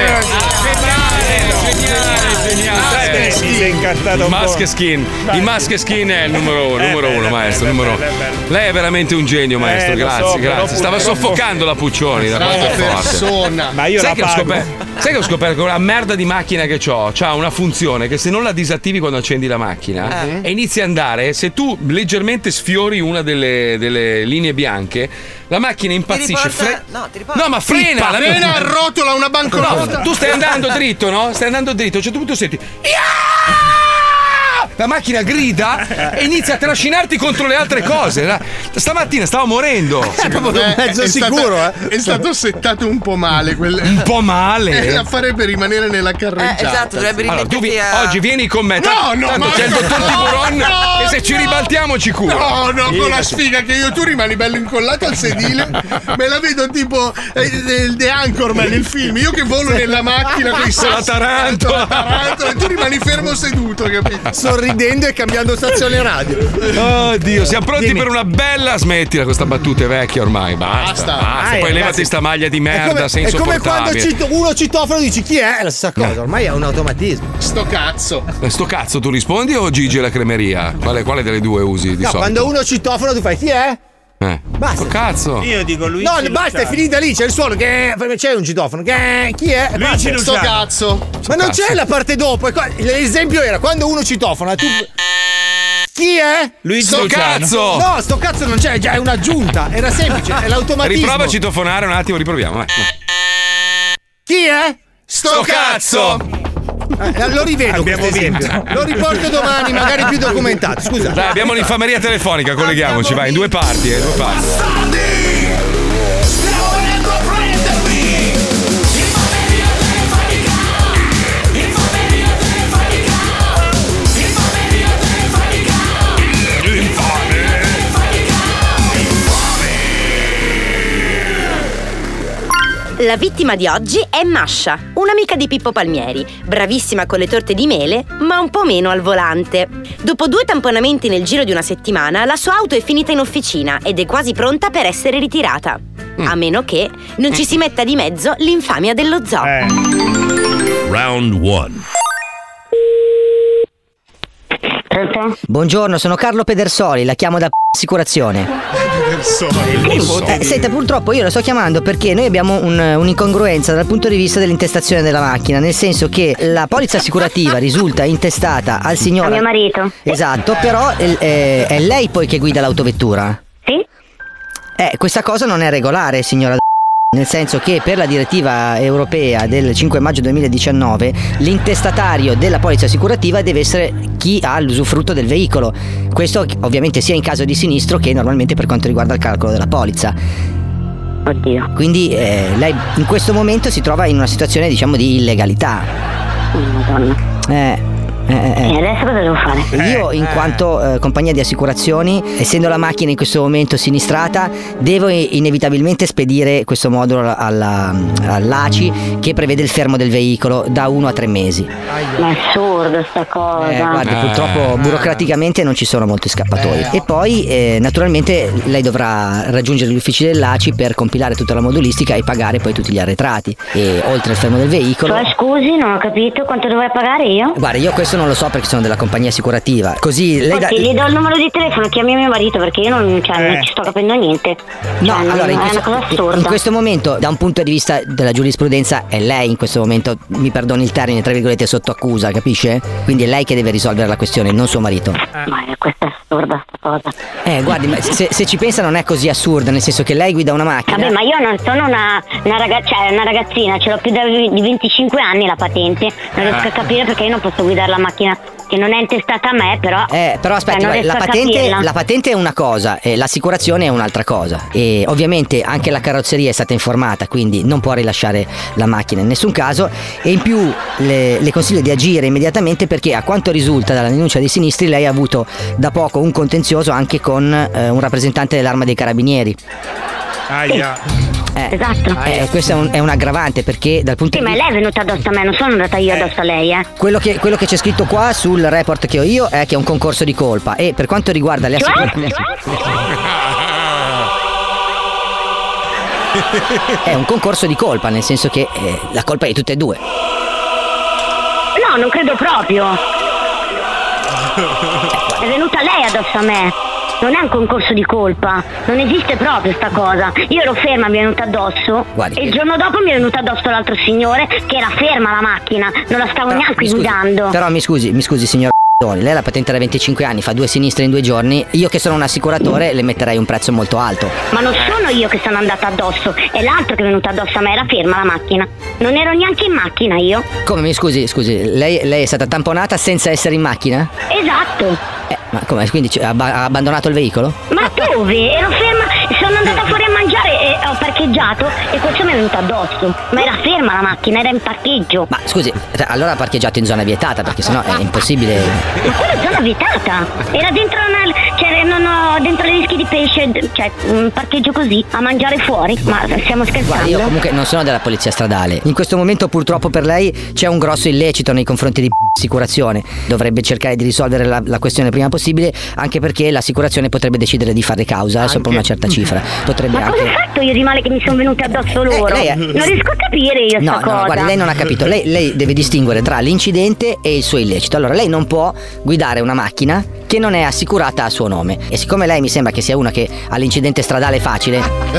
Geniale, geniale. Mi sei incantato un po'. Maskeskin. I Maskeskin è il numero uno, Eh, numero beh, uno, beh, maestro. beh, numero... beh, beh. Lei è veramente un genio, maestro. Eh, lo grazie, so, però grazie. Stava purtroppo- soffocando la Puccioni da quanto è forte. persona. Ma io sai la che ho pago. scoperto, sai che ho scoperto che la merda di macchina che ho c'ha una funzione che se non la disattivi quando accendi la macchina Eh. e inizi a andare, se tu leggermente sfiori una delle, delle linee bianche, la macchina Ti impazzisce. riporta- fre- no, ti riporta. no, ma frena! la Frena, arrotola una banconota. No, tu stai andando dritto, no? Stai andando dritto, a un certo punto senti. "Ia!" La macchina grida e inizia a trascinarti contro le altre cose. La- Stamattina stavo morendo. Secondo me mezzo è sicuro, stata- È stato settato un po' male. Quel... Un po' male. Eh, la farebbe rimanere nella Eh, carreggiata. esatto, dovrebbe Allora, tu vi- rimetterti a... oggi vieni con me. No, Tanto- no, tanto ma- c'è il dottor no, Tiburon no, e se ci no. ribaltiamo ci cura. No, no, con la Sì. sfiga che io tu rimani bello incollato al sedile. Me la vedo tipo eh, del The Anchorman nel film. Io che volo nella macchina con i Con la sassi, tarantola. la tarantola, e tu rimani fermo seduto, capito? Sorridendo e cambiando stazione radio. Oh Dio, siamo pronti Dimmi. per una bella. Smettila, questa battuta è vecchia ormai. Basta. Basta. basta. Ah, Poi ragazzi, levati sta maglia di È merda, come, sei è come quando insopportabile. cito- uno citofono dici chi è? È la stessa cosa, ormai è un automatismo. Sto cazzo. Eh, Sto cazzo, tu rispondi o Gigi la cremeria? Quale, quale delle due usi di No, solito? quando uno citofono tu fai chi è? Eh. Basta. Sto cazzo. Io dico Luigi No, basta, è Luciano. finita lì, c'è il suono che c'è un citofono. Che chi è? Luigi Basta. Sto Luciano. cazzo. Ma non cazzo. c'è la parte dopo. è qua- L'esempio era quando uno citofona, tu. Chi è? Luigi Sto Luciano. cazzo! No, sto cazzo non c'è, già è un'aggiunta. Era semplice, è l'automatismo. Riprova a citofonare un attimo, riproviamo. vai. Chi è? Sto cazzo! Eh, lo rivedo Abbiamo questo esempio. vinto. Lo riporto domani, magari più documentato. Scusa. Dai, abbiamo l'infameria telefonica, colleghiamoci, vai, in due parti, eh, due parti. La vittima di oggi è Masha, un'amica di Pippo Palmieri, bravissima con le torte di mele, ma un po' meno al volante. Dopo due tamponamenti nel giro di una settimana, la sua auto è finita in officina ed è quasi pronta per essere ritirata. A meno che non ci si metta di mezzo l'infamia dello zoo. Eh. Round one. Buongiorno, sono Carlo Pedersoli, la chiamo da Assicurazione. Eh, senta, purtroppo io la sto chiamando perché noi abbiamo un, un'incongruenza dal punto di vista dell'intestazione della macchina, nel senso che la polizza assicurativa risulta intestata al signor... A mio marito. Esatto, però è, è lei poi che guida l'autovettura? Sì. Eh, questa cosa non è regolare, signora. Nel senso che per la direttiva europea del cinque maggio duemiladiciannove l'intestatario della polizza assicurativa deve essere chi ha l'usufrutto del veicolo. Questo ovviamente sia in caso di sinistro che normalmente per quanto riguarda il calcolo della polizza. Oddio. Quindi eh, lei in questo momento si trova in una situazione, diciamo, di illegalità. Oh, Madonna. Eh Eh, eh. E adesso cosa devo fare? Io in quanto eh, compagnia di assicurazioni, essendo la macchina in questo momento sinistrata, devo inevitabilmente spedire questo modulo alla, all'A C I che prevede il fermo del veicolo da uno a tre mesi. Ma è assurdo sta cosa. Eh, guardi, purtroppo burocraticamente non ci sono molti scappatori. E poi eh, naturalmente lei dovrà raggiungere gli uffici dell'A C I per compilare tutta la modulistica e pagare poi tutti gli arretrati. E oltre al fermo del veicolo... Cioè, scusi, non ho capito quanto dovrei pagare io? Guarda, io questo non lo so perché sono della compagnia assicurativa. Così lei da... Sì, gli do il numero di telefono, chiami mio marito perché io non, cioè, Eh. non ci sto capendo niente. No, Cioè, allora in è questo, una cosa assurda. in questo momento, da un punto di vista della giurisprudenza, è lei in questo momento, mi perdoni il termine, tra virgolette, sotto accusa, capisce? Quindi è lei che deve risolvere la questione, non suo marito. Ma è- questa è assurda sta cosa. Eh, guardi, ma se, se ci pensa non è così assurda, nel senso che lei guida una macchina. Vabbè, ma io non sono una, una, ragazza, cioè, una ragazzina, ce l'ho più da- di venticinque anni la patente. Non riesco a capire perché io non posso guidare la macchina che non è intestata a me, però. Eh, però aspetti, cioè, non guarda, la, riesco a patente, capirla. la patente è una cosa e l'assicurazione è un'altra cosa. E ovviamente anche la carrozzeria è stata informata, quindi non può rilasciare la macchina in nessun caso. E in più le, le consiglio di agire immediatamente perché, a quanto risulta dalla denuncia dei sinistri, lei ha avuto da poco un contenzioso anche con eh, un rappresentante dell'Arma dei Carabinieri. Aia. Eh, Esatto. eh, questo è un, è un aggravante perché dal punto Sì, di ma vista... lei è venuta addosso a me, non sono andata io addosso a lei, eh. Quello che, quello che c'è scritto qua sul report che ho io è che è un concorso di colpa e per quanto riguarda le Cioè? assicurazioni è un concorso di colpa, nel senso che eh, la colpa è di tutte e due. No, non credo proprio. È venuta lei addosso a me. Non è un concorso di colpa, non esiste proprio sta cosa. Io ero ferma, mi è venuta addosso. Guardi, e il giorno dopo mi è venuta addosso l'altro signore che era ferma la macchina, non la stavo neanche mi scusi, guidando. Però mi scusi, mi scusi signor lei ha la patente da venticinque anni, fa due sinistre in due giorni. Io che sono un assicuratore le metterei un prezzo molto alto. Ma non sono io che sono andata addosso, è l'altro che è venuto addosso a me, era ferma la macchina. Non ero neanche in macchina io. Come, mi scusi, scusi, lei, lei è stata tamponata senza essere in macchina? Esatto. Eh, ma come, quindi cioè, ha abba- ha abbandonato il veicolo? Ma dove? Ero ferma, sono andata fuori a mangiare e ho parcheggiato e questo mi è venuto addosso. Ma era ferma la macchina, era in parcheggio. Ma scusi, allora ha parcheggiato in zona vietata perché sennò è impossibile. Ma quella è zona vietata. Era dentro una, cioè, non ho, dentro le rischi di pesce, cioè un parcheggio così, a mangiare fuori. Ma stiamo scherzando? Guarda, io comunque non sono della polizia stradale. In questo momento purtroppo per lei c'è un grosso illecito nei confronti di assicurazione. Dovrebbe cercare di risolvere la, la questione prima possibile, anche perché l'assicurazione potrebbe decidere di fare causa eh, sopra una certa cifra. Potrebbe Ma anche... cosa ho fatto io di male che mi sono venute addosso loro? lei è- Non riesco a capire io No, sta cosa. no, guardi, lei non ha capito. Lei, lei deve distinguere tra l'incidente e il suo illecito. Allora, lei non può guidare una macchina che non è assicurata a suo nome. E siccome lei mi sembra che sia una che ha l'incidente stradale facile.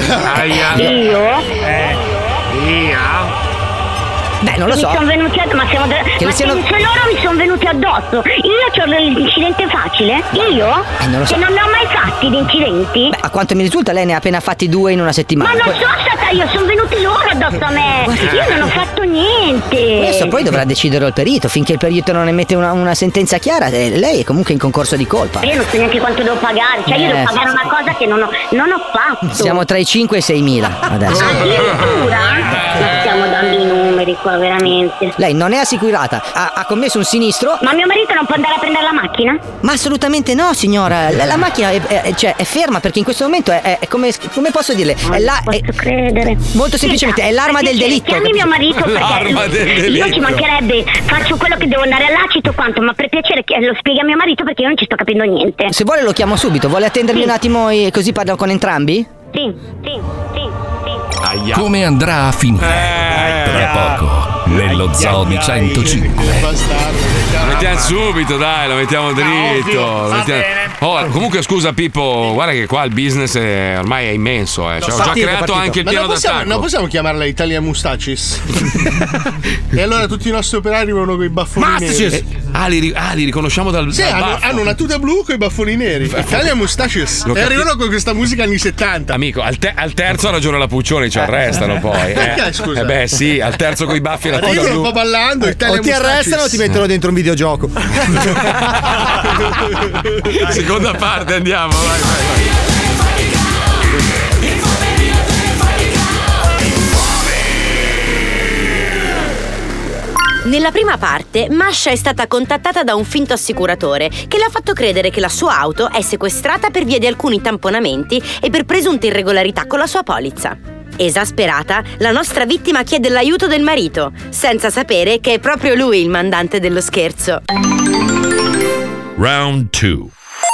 Io? Eh. Io? Beh, non lo so. Mi sono venuti addosso, ma siamo. Che ma siano- se loro mi sono venuti addosso. Io ho l'incidente facile? Io? Eh, non lo so. Che non ne ho mai fatti di incidenti? A quanto mi risulta, lei ne ha appena fatti due in una settimana. Ma non Que- sono stata io, sono venuti loro addosso a me. Io non ho fatto niente. Questo poi dovrà decidere il perito. Finché il perito non emette una, una sentenza chiara, eh, lei è comunque in concorso di colpa. Io non so neanche quanto devo pagare. Cioè, io Eh. devo pagare una cosa che non ho, non ho fatto. Siamo tra i cinque e i seimila adesso. Addirittura? Ma stiamo dando i numeri qua, veramente. Lei non è assicurata, ha, ha commesso un sinistro. Ma mio marito non può andare a prendere la macchina? Ma assolutamente no, signora. La, la macchina è, è- cioè, è ferma perché in questo momento è, è- è come, come posso dirle? È la, posso è- credere. Molto semplicemente è l'arma del delitto. Chiami mio marito perché L'arma del io delitto. ci mancherebbe, faccio quello che devo andare all'acito quanto, ma per piacere che lo spieghi a mio marito perché io non ci sto capendo niente. Se vuole lo chiamo subito. Vuole attendermi un attimo e così parlo con entrambi? Sì, sì, sì, sì. Come andrà a finire? Tra poco, nello Zoo di centocinque. Lo mettiamo subito, dai, lo mettiamo dritto. Lo mettiamo- Oh, comunque scusa Pippo, guarda che qua il business è, ormai è immenso, eh. Cioè, ho già Partito, creato partito. anche il Ma piano non possiamo, d'attacco. non possiamo chiamarla Italia Mustacis? E allora tutti i nostri operai arrivano con i baffoni Mustacis! neri. Ah li, ah, li riconosciamo dal, Sì, dal hanno, baffo. hanno una tuta blu con i baffoni neri. Italia Mustacis. Lo E capi- arrivano con questa musica anni settanta. Amico, al, te- al terzo ha ragione la Puccioni, ci arrestano poi. Eh. Perché, scusa? Eh beh, sì, al terzo coi baffi e la tuta Arrivano un blu. po' ballando. Italia O ti Mustacis. arrestano o ti mettono dentro un videogioco. Seconda parte, andiamo, vai, vai, vai. Nella prima parte, Masha è stata contattata da un finto assicuratore che le ha fatto credere che la sua auto è sequestrata per via di alcuni tamponamenti e per presunte irregolarità con la sua polizza. Esasperata, la nostra vittima chiede l'aiuto del marito, senza sapere che è proprio lui il mandante dello scherzo. Round two.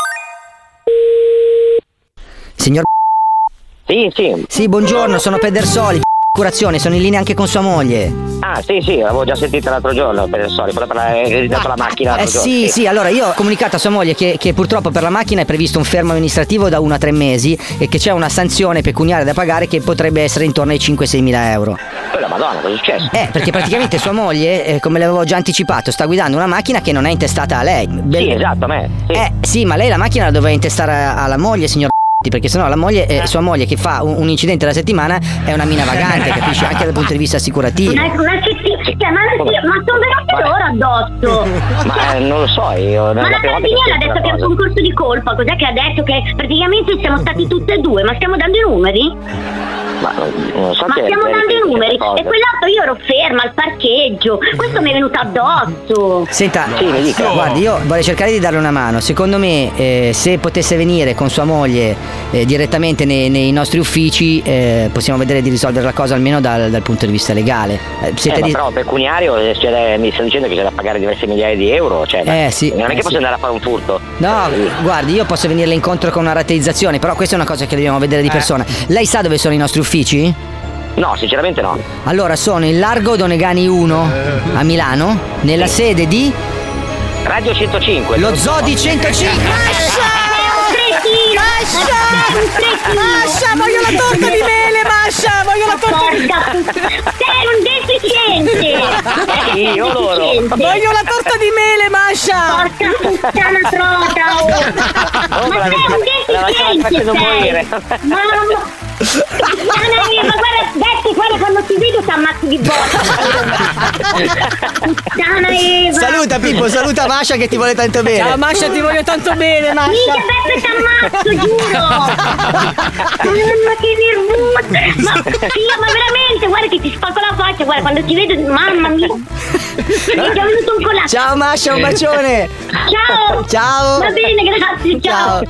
Signor Sì, sì. Sì, buongiorno, sono Pedersoli, assicurazione, sono in linea anche con sua moglie. Ah, sì, sì, l'avevo già sentita l'altro giorno, per sorry, per la, hai dato la macchina l'altro Eh giorno. sì, sì, allora io ho comunicato a sua moglie che, che purtroppo per la macchina è previsto un fermo amministrativo da uno a tre mesi e che c'è una sanzione pecuniaria da pagare che potrebbe essere intorno ai cinque sei mila euro. Oh, la Madonna, cosa è successo? Eh, perché praticamente sua moglie, eh, come le avevo già anticipato, sta guidando una macchina che non è intestata a lei. Sì, esatto, a me. Sì. Eh, sì, ma lei la macchina la doveva intestare a- alla moglie, signor perché sennò la moglie, eh, sua moglie che fa un, un incidente alla settimana è una mina vagante, capisci? Anche dal punto di vista assicurativo. Ma, ma, che ti- cioè, ma, ma sono venuti loro addosso. Ma eh, non lo so, io. Ma la carabiniera ha detto che è un concorso di colpa. Cos'è che ha detto? Che praticamente siamo stati tutte e due. Ma stiamo dando i numeri? Ma non so Ma che- stiamo dando i numeri. cose. E quell'altro io ero ferma al parcheggio. Questo mi è venuto addosso. Senta, Sì, mi dica. guardi, io vorrei cercare di darle una mano. Secondo me, eh, se potesse venire con sua moglie eh, direttamente nei, nei nostri uffici, eh, possiamo vedere di risolvere la cosa almeno dal, dal punto di vista legale. Eh, siete Eh, ma di- però pecuniario eh, cioè, mi sta dicendo che c'è da pagare diverse migliaia di euro, cioè Eh, sì, non è eh, che posso sì. andare a fare un furto. No, guardi, io posso venirle incontro con una rateizzazione, però questa è una cosa che dobbiamo vedere di persona. Lei sa dove sono i nostri uffici? No, sinceramente no. Allora, sono in Largo Donegani uno a Milano, nella sede di Radio centocinque. Lo Zoo di centocinque. Masha, voglio la torta di mele, Masha, voglio la torta di mele. Sei un deficiente. Io loro. Voglio la torta di mele, Masha. Porca puttana trota, oh. Oh, Ma la- sei un la- la stiamo deficiente, facendo sei. morire. Ma non... Puttana mia, ma guarda, Betty, guarda quando ti vedo ti ammazzo di botta. Puttana Eva. Saluta Pippo, saluta Masha che ti vuole tanto bene. Ciao Masha, ti voglio tanto bene, Masha. Mica Beppe ti ammazzo, giuro. Ma che nervosa. Ma io, ma veramente, guarda che ti spacco la faccia, guarda quando ti vedo, mamma mia. Mi è già venuto un collasso. Ciao Masha, un bacione. Ciao. Ciao. Va bene, grazie, ciao.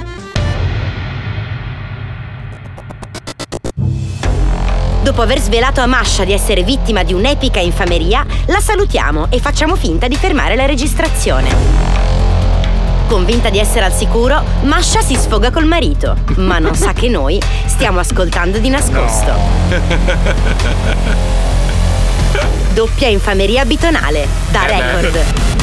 Dopo aver svelato a Masha di essere vittima di un'epica infameria, la salutiamo e facciamo finta di fermare la registrazione. Convinta di essere al sicuro, Masha si sfoga col marito, ma non sa che noi stiamo ascoltando di nascosto. Doppia infameria bitonale, da record.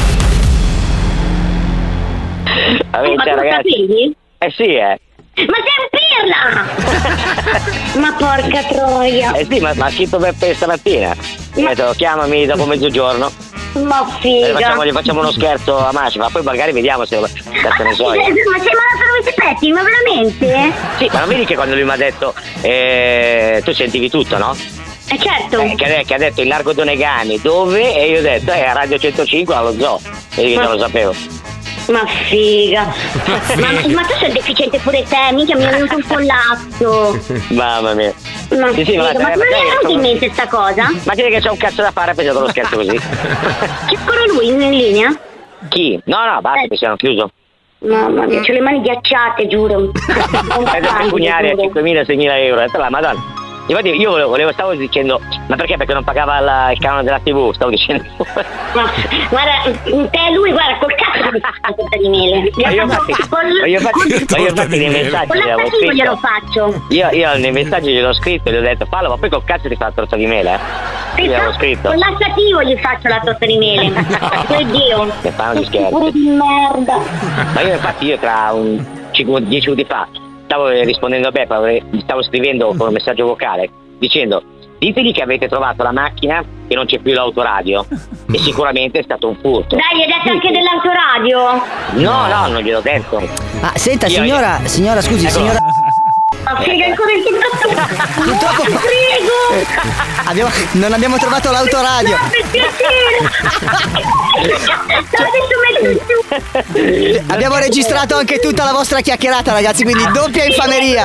Vabbè, Ma cioè, tu ragazzi. sapevi? Eh sì, eh. Ma sei un pirla! Ma porca troia! Eh sì, ma ma ha scritto Beppe stamattina. Mi ha detto chiamami dopo mezzogiorno. Ma E figa! facciamo, gli facciamo uno scherzo a Masha, ma poi magari vediamo se cazzo ne so io. Ma sei malato come si petti, ma veramente? Sì, ma non vedi che quando lui mi ha detto eh, tu sentivi tutto, no? Eh certo! Eh, che, ha- che ha detto in Largo Donegani, dove? E io ho detto, eh, a Radio centocinque allo zoo. E io già lo sapevo. Ma figa! ma, ma tu sei deficiente pure te, mica mi è venuto un collasso! Mamma mia. Ma Sì, sì, figa, guarda, ma eh, come mi è magari- venuta in mente sta cosa? Ma credi che c'è un cazzo da fare, ha pensato lo scherzo così? C'è ancora lui in linea? Chi? No, no, basta, che siamo chiuso. Mamma mia, c'ho le mani ghiacciate, giuro! È da pecuniare a cinquemila seimila euro, eh, per la madonna. Infatti io volevo, volevo, stavo dicendo, ma perché? Perché non pagava la, il canone della tivù, stavo dicendo. Ma, guarda, te lui, guarda, col cazzo di la torta di mele. Ma io infatti, ma io infatti, ma io infatti nei messaggi con gliel'avevo l'assativo scritto. glielo faccio. Io, io nei messaggi gliel'ho scritto e gli ho detto fallo, ma poi col cazzo ti fa la torta di mele, eh? Gliel'avevo scritto. Con l'assativo gli faccio la torta di mele. Per Dio. Che fanno di scherzi. Pure di merda. Ma io infatti io tra un cinque dieci minuti fa stavo rispondendo a Beppa, gli stavo scrivendo con un messaggio vocale dicendo ditegli che avete trovato la macchina e non c'è più l'autoradio e sicuramente è stato un furto. Dai, gli hai detto anche dell'autoradio? No, no, non gliel'ho detto. Ah, senta, Io- signora, signora, scusi, Ecco. signora. Ma frega ancora il tutto. Purtroppo Prego. abbiamo- non abbiamo trovato l'autoradio. No, per piacere. Dove adesso metto giù. Abbiamo registrato anche tutta la vostra chiacchierata, ragazzi, quindi doppia infameria.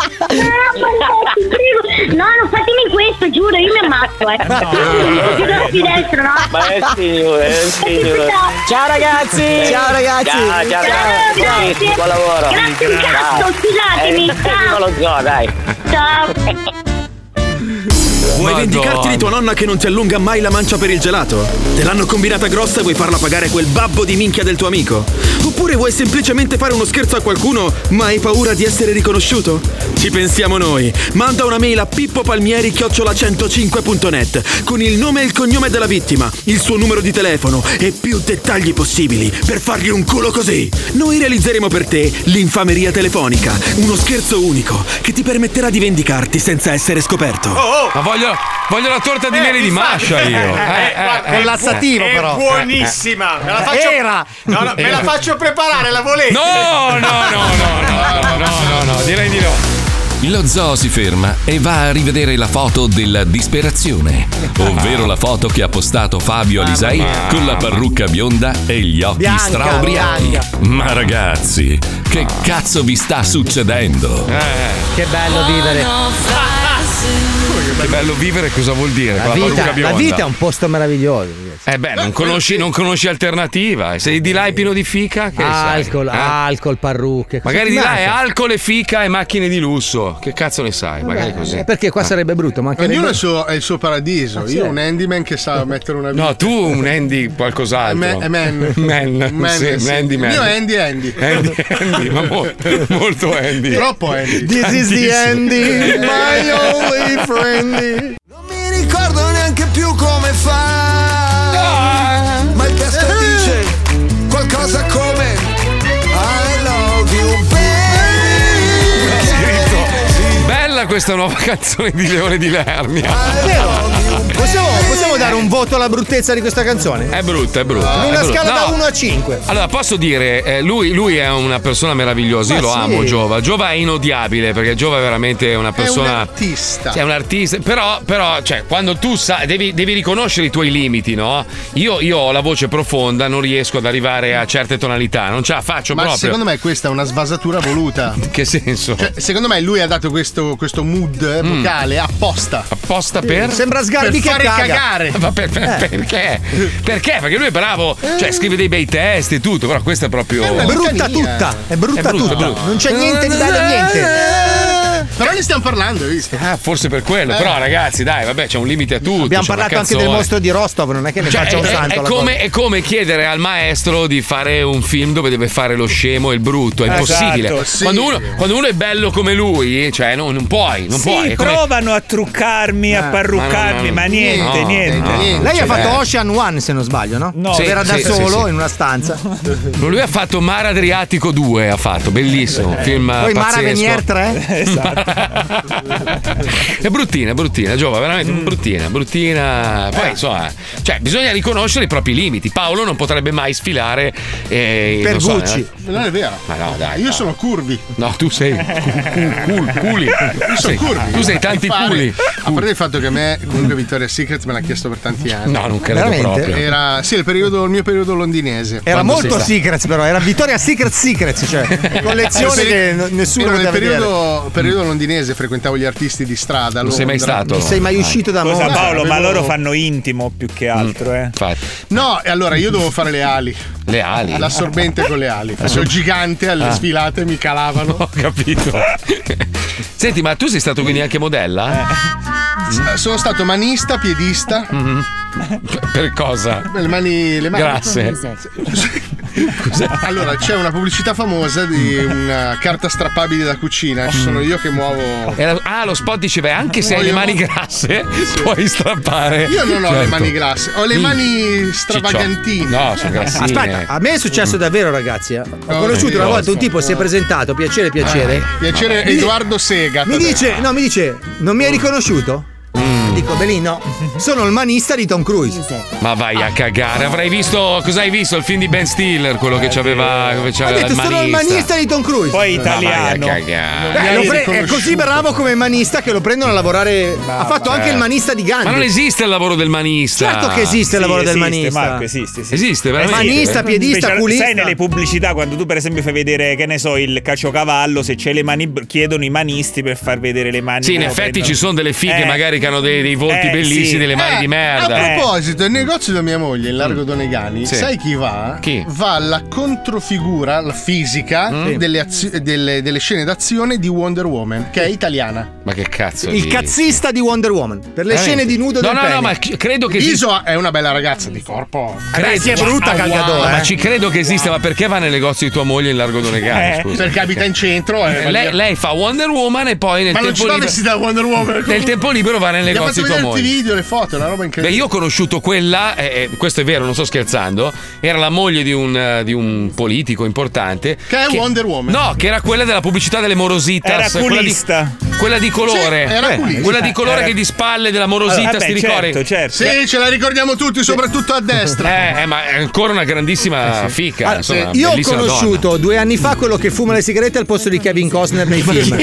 Prego. No, non fatemi questo, giuro, io mi ammazzo, eh. Chiudo qui dentro, no? Ma è signore, è signore. Ciao ragazzi. Ciao ragazzi. Ciao, ciao, ciao. grazie. Buon lavoro. Grazie un cazzo, Ciao. scusatemi, Eh, ciao. lo zoo, dai. Ciao. Vuoi vendicarti di tua nonna che non ti allunga mai la mancia per il gelato? Te l'hanno combinata grossa e vuoi farla pagare quel babbo di minchia del tuo amico? Oppure vuoi semplicemente fare uno scherzo a qualcuno ma hai paura di essere riconosciuto? Ci pensiamo noi. Manda una mail a pippopalmieri chiocciola centocinque punto net con il nome e il cognome della vittima, il suo numero di telefono e più dettagli possibili per fargli un culo così. Noi realizzeremo per te l'infameria telefonica, uno scherzo unico che ti permetterà di vendicarti senza essere scoperto. Ma voglio, voglio la torta di mele di Mascia io. Eh, eh, Con l'assativo, È però. buonissima. Me la faccio Era. No, no, me la faccio preparare, la volete? No, no, no, no, no, no, no, no, no, direi di no. Lo zoo si ferma e va a rivedere la foto della disperazione, ovvero la foto che ha postato Fabio Alisei con la parrucca bionda e gli occhi Bianca, straubriachi. bianca. Ma ragazzi, che cazzo vi sta succedendo? Che bello vivere. Che bello vivere, cosa vuol dire? La Con la vita, parrucca la bionda. vita è un posto meraviglioso. Eh beh, non conosci, non conosci alternativa. Sei di là è pieno di fica? Che Alcol, sai? Eh? alcol, parrucche. cosa Magari ti di là è manca? alcol e fica e macchine di lusso. Che cazzo ne sai? Magari così. Eh, perché qua sarebbe brutto, ma Ognuno è il suo, è il suo paradiso. Ah, Io sì. un handyman che sa mettere una vita. No, tu un Andy qualcos'altro. È man- è man. Man, Man, sì, sì. un Andy man. Il mio Andy è Andy. Andy, Andy, ma mo- molto Andy. Troppo Andy. This is the Andy, my only friend. Non mi ricordo neanche più come fa. Ma il testo dice qualcosa come I love you, baby. Scritto. Bella questa nuova canzone di Leone di Lernia. Possiamo, possiamo dare un voto alla bruttezza di questa canzone? È brutta, è brutta. In una è brutta. scala da No. uno a cinque. Allora, posso dire, eh, lui, lui è una persona meravigliosa, io Ma lo sì. amo Giova. Giova è inodiabile perché Giova è veramente una È un persona. artista. Sì, è un artista, però, però cioè, quando tu sai, devi, devi riconoscere i tuoi limiti, no? Io, io ho la voce profonda, non riesco ad arrivare a certe tonalità, non ce la faccio Ma proprio. secondo me questa è una svasatura voluta. Che senso? Cioè, secondo me lui ha dato questo, questo mood Mm. vocale apposta. Apposta per? Sembra Sgarbi per che fare caga. cagare. Ma per- per- Eh. perché? Perché? Perché lui è bravo, cioè scrive dei bei testi e tutto, però questo è proprio. È brutta litania. tutta, è brutta È brutta, tutta. brutta. Non c'è niente di bello, niente. Però ne stiamo parlando, hai visto? Ah, forse per quello, Eh. però ragazzi, dai, vabbè, c'è un limite a tutto. Abbiamo c'è una parlato anche del canzone. mostro di Rostov, non è che ne Cioè, faccia un è, santo. è la come, cosa. è come chiedere al maestro di fare un film dove deve fare lo scemo e il brutto, è impossibile. Esatto, sì. quando, uno, quando uno è bello come lui, cioè non, non puoi, non sì, puoi. è come- provano a truccarmi, a Eh, parruccarmi, ma ma, no, no, niente, no, niente. no, no. Lei ha Cioè, fatto eh. Ocean One, se non sbaglio, no? No. Sì, Era da sì, solo sì, sì. in una stanza. Lui ha fatto Mar Adriatico due, ha fatto, bellissimo, film Poi Mara pazzesco. Venier tre. È bruttina, è bruttina, Giova, veramente Mm. bruttina, bruttina. Poi insomma, cioè, bisogna riconoscere i propri limiti. Paolo non potrebbe mai sfilare eh, Per non so, Gucci. eh. Non è vero. Ma no, dai. Io dai. sono curvi. No, tu sei cu- cul- culi. Io Tu sono sei, curvi. tu sei tanti Fare- culi. A parte il fatto che a me comunque Victoria's Secret me l'ha chiesto per tanti anni. No, non credo Veramente? proprio. Era sì, il, periodo, il mio periodo londinese. Era Quando molto sei sta- Secrets, però era Victoria's Secret Secrets, cioè collezione Ero che n- nessuno ero nel poteva vedere. periodo, periodo londinese londinese, frequentavo gli artisti di strada. Non sei mai stato? Non sei mai uscito da Cosa, Monza? Paolo, Eh, ma avevo- loro fanno intimo più che altro, Mm, eh. Infatti. No, e allora io dovevo fare le ali. Le ali? L'assorbente con le ali. Facevo gigante alle Ah. sfilate, mi calavano. Ho capito. Senti, ma tu sei stato quindi anche modella? S- Sono stato manista, piedista. Mm-hmm. Per cosa? Le mani, le mani. Grasse. Allora, c'è una pubblicità famosa di una carta strappabile da cucina. Ci sono io che muovo. E la- ah, lo spot diceva anche se hai le mani grasse puoi strappare. Io non ho Certo. le mani grasse, ho le Mm. mani stravagantine. No, sono grassine. Aspetta, a me è successo davvero, ragazzi. eh. Ho Oh, conosciuto Dio. una volta un tipo, si è presentato, piacere, piacere. Ah, piacere, Mi- Edoardo Sega. Mi dice, no, mi dice, non mi hai riconosciuto? Dico, Belino, sono il manista di Tom Cruise. Ma vai a cagare, avrei visto. Cosa hai visto? Il film di Ben Stiller, quello che c'aveva. Dove Ha c'aveva detto, il sono il manista. manista di Tom Cruise. Poi Ma vai a italiano. cagare. Eh, lo pre- è così bravo come manista che lo prendono a lavorare. ha fatto anche il manista di Gandhi. Ma non esiste il lavoro del manista. Certo che esiste il lavoro del esiste, manista. Marco, esiste, sì. Esiste, veramente. Manista, piedista, Special- culista. Sai nelle pubblicità quando tu per esempio fai vedere, che ne so, il caciocavallo, se c'è le mani b- chiedono i manisti per far vedere le mani. Sì, in no, effetti prendono- ci sono delle fighe Eh. magari che hanno dei, dei volti Eh, bellissimi, sì. delle mani Eh, di A merda. proposito, il negozio da mia moglie in Largo Donegani, Sì. sai chi va? Chi? Va alla controfigura, la fisica Mm. delle, azio- delle- delle scene d'azione di Wonder Woman, che è italiana. Ma che cazzo? Il di- cazzista di Wonder Woman. Per le Veramente? scene di nudo No, del no, pene. no, ma chi- credo che esista. Iso è una bella ragazza di corpo. Eh, sì, è brutta, Ah, cagato, wow. eh. Ma ci credo che esista, ma perché va nel negozio di tua moglie in Largo Donegani? Eh, Scusa. perché abita in centro. Eh, lei, lei fa Wonder Woman e poi nel Ma non tempo ci va libero. vestita da Wonder Woman. Nel tempo libero va nel Mi ha negozio fatto di tua vedere tutti i moglie. video, le foto, è una roba Beh, incredibile. io ho conosciuto quella, eh, eh, questo è vero, non sto scherzando. Era la moglie di un, eh, di un politico importante. Che è Wonder Woman. No, che era quella della pubblicità delle Morositas. Era quella di, culista. quella di colore. Sì, era Eh, culista. quella di colore Era- che di spalle della Morositas, Allora, vabbè, ti ricordi? certo, certo. Sì, ce la ricordiamo tutti, soprattutto a destra. Eh, eh, ma è ancora una grandissima fica. Ah, insomma, io ho bellissima conosciuto due anni fa quello che fuma le sigarette al posto di Kevin Costner nei film.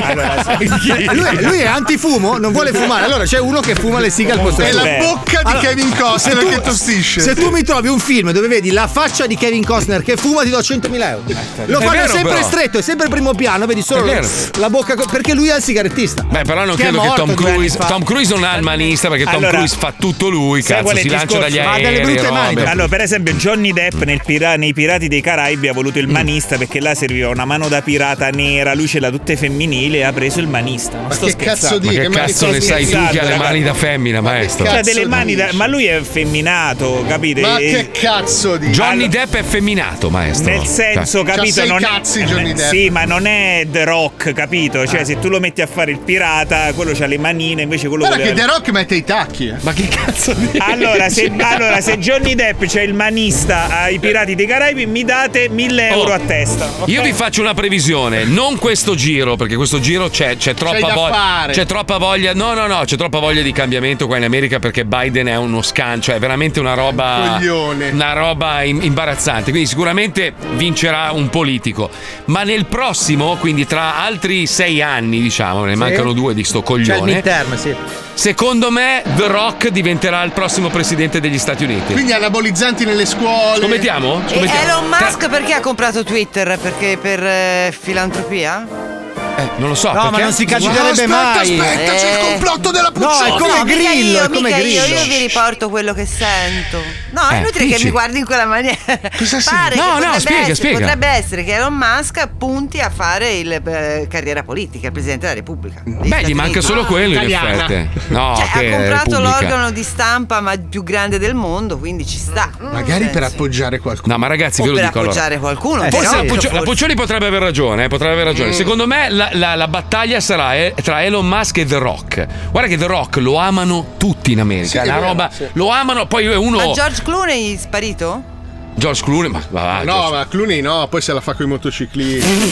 lui, lui è antifumo, non vuole fumare. Allora c'è uno che fuma le sighe al posto È suo. la bocca di Allora, Kevin Costner se tu- che tostisce. Se tu mi trovi un film dove vedi la faccia di Kevin Costner che fuma, ti do centomila euro. Lo È fanno vero, sempre però. stretto, è sempre il primo piano, vedi solo È vero. la bocca. co- Perché lui è il sigarettista. Beh, però non Che è credo che morto Tom due anni Cruise. fa. Tom Cruise non ha il manista perché Tom Allora, Cruise fa tutto lui. sai Cazzo, qual è si il lancia discorso? dagli Ha aerei. delle brutte mani, robe. Allora, per esempio, Johnny Depp nel pira- nei Pirati dei Caraibi ha voluto il manista perché là serviva una mano da pirata nera, lui ce l'ha tutte femminile e ha preso il manista. Non Ma sto che scherzando. cazzo di- Ma che che mani cazzo sono ne sai tu che ha le scherzando, mani da femmina, maestro? Che Cioè, cazzo delle mani da- dici? ma lui è femminato, capite? Ma E- che cazzo di Johnny Depp è femminato, maestro. Nel senso, C'ha capito? sei non cazzi, è, Johnny Depp. Sì, ma non è The Rock, capito? Cioè, se tu lo metti a fare il pirata, quello c'ha le manine, invece quello Guarda che voleva- The Rock mette i tacchi. eh. Ma che cazzo di. Allora se, allora, se Johnny Depp c'è il manista ai Pirati dei Caraibi, mi date mille euro Oh, a testa. ok? Io vi faccio una previsione, non questo giro, perché questo giro c'è, c'è troppa da voglia. fare. C'è troppa voglia. No, no, no, c'è troppa voglia di cambiamento qua in America perché Biden è uno scancio, è veramente una roba. Coglione. Una roba im- imbarazzante. Quindi sicuramente vincerà un politico. Ma nel prossimo, quindi tra altri sei anni, diciamo, ne mancano due di sto C'è il coglione. midterm, sì. Secondo me The Rock diventerà il prossimo presidente degli Stati Uniti. Quindi anabolizzanti nelle scuole. Scommettiamo? E Scommettiamo. Elon Musk perché ha comprato Twitter? Perché per eh, filantropia? Eh, non lo so. No, perché? ma non si No, caccerebbe aspetta, mai. aspetta, c'è il Eh. complotto della No, è Puccioni. come No, mica Grillo, io, è come mica io, Grillo. io vi riporto quello che sento. No, è Eh, inutile dici? che mi guardi in quella maniera. Cosa sì? Pare No, che no, potrebbe spiega, essere, spiega. Potrebbe essere che Elon Musk punti a fare il eh, carriera politica, il presidente della Repubblica. degli Beh, Stati gli manca Uniti. solo quello in italiana. effetti. No, Cioè, che ha comprato Repubblica. l'organo di stampa ma più grande del mondo, quindi ci sta. Magari Nel per senso. appoggiare qualcuno. No, ma ragazzi, O ve lo per dico allora. appoggiare qualcuno. Forse però, la, Puccio- la forse. Puccioni potrebbe aver ragione, eh, potrebbe aver ragione. Secondo me la, la- la battaglia sarà eh, tra Elon Musk e The Rock. Guarda che The Rock lo amano tutti in America. Sì, è è una vero, roba. sì. Lo amano, poi è uno. Ma George Clooney sparito? George Clooney, ma, ma, va, No, George- ma Clooney no, poi se la fa con i motociclisti.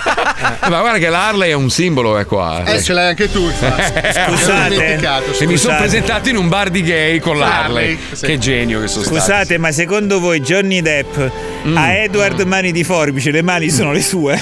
Eh, ma guarda che l'Harley è un simbolo, è qua. Eh, ce l'hai anche tu, infatti. Scusate. Mi ero dimenticato, E mi sono Scusate. presentato in un bar di gay con l'Harley. Harley, sì. Che genio che sono stato. Scusate, ma secondo voi Johnny Depp Mm. A Edward mani di forbice, le mani sono le sue.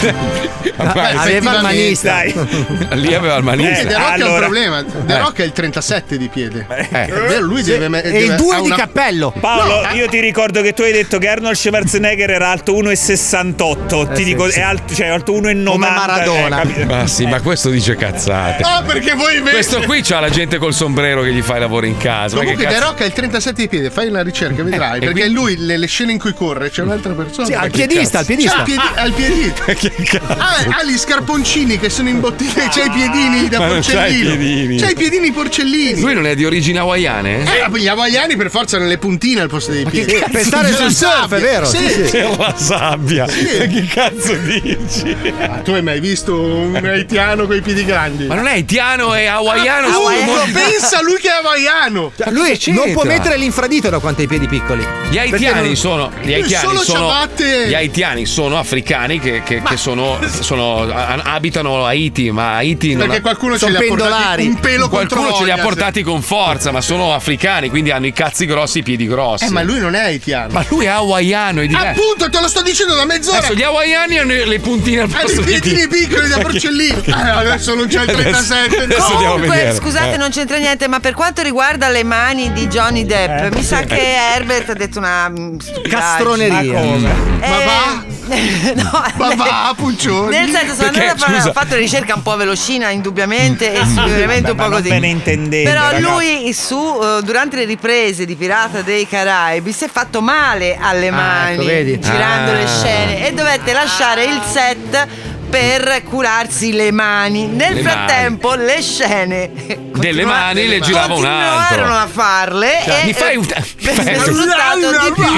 Vabbè, aveva il manista. Dai. Lì aveva il manista. Eh, The Rock allora- è un problema. The Eh. Rock è il trentasette di piede. Eh. È vero, lui Sì, deve. me- e deve- il due ha di una- cappello. Paolo, No, io ti ricordo che tu hai detto che Arnold Schwarzenegger era alto uno virgola sessantotto. Ti sì, dico, sì. è alto, cioè alto uno virgola novanta. Come Maradona. eh, capito? Ma sì, ma questo dice cazzate. No, perché voi invece. Questo qui c'ha la gente col sombrero che gli fa i lavori in casa. Ma che Comunque, The cazzo? Rock è il trentasette di piede. Fai una ricerca, vedrai. Eh, e perché quindi- lui, nelle scene in cui corre, c'è un'altra persona. Sì, al Ma che piedista, al cazzo? piedista. C'è al piedi- al piedista. Che cazzo? Ah, ha gli scarponcini che sono imbottigati. C'ha i piedini da Ma non c'ha i porcellino. piedini. C'ha i piedini porcellini. Lui non è di origini hawaiane? Eh, gli hawaiani per forza hanno le puntine al posto dei piedi. Per stare sul surf, è vero? Sì, Sì, sì. C'è la sabbia. Sì. Ma che cazzo dici? Ah, tu hai mai visto un haitiano con i piedi grandi? Ma non è haitiano e hawaiano. sono Appunto, molti- pensa lui che è hawaiano. Cioè, lui che non c'entra? può mettere l'infradito da quanto ha i piedi piccoli. Gli haitiani non- sono gli haitiani Solo sono ciabatte. gli haitiani sono africani che, che- che sono, sono a- abitano a Haiti, ma Haiti non Perché ha- qualcuno ce Sono li ha portati pendolari. un pelo qualcuno contro ce li ha voglia, portati con forza, ma sono africani, quindi hanno i cazzi grossi, i piedi grossi. Eh, ma lui non è haitiano. Ma lui è hawaiano, è diverso. Appunto, te lo sto dicendo da mezz'ora. Adesso gli hawaiani hanno le puntine al Ha posto i dei piedini piedi. piccoli da porcellino. Eh, adesso non c'è il Adesso- trentasette. adesso andiamo a Comunque, vedere. scusate, Eh. non c'entra niente, ma per quanto riguarda le mani di Johnny Depp, mi sa che Herbert ha detto una mm, stupidaggine. Castroneria. Eh, Ma va? no, Ma va, Puccioni. nel senso, sono Perché, andata a fare, scusa. ho fatto una ricerca un po' velocina, indubbiamente, e sicuramente un Ma po' non così. ve ne intendete, Però ragazzi. lui su eh, durante le riprese di Pirata dei Caraibi si è fatto male alle mani ecco, vedi? girando Ah. le scene e dovette lasciare il set per curarsi le mani. Nel Le frattempo le scene Delle mani le girava un continuarono altro. a farle Cioè, e mi fai un- per fai- il risultato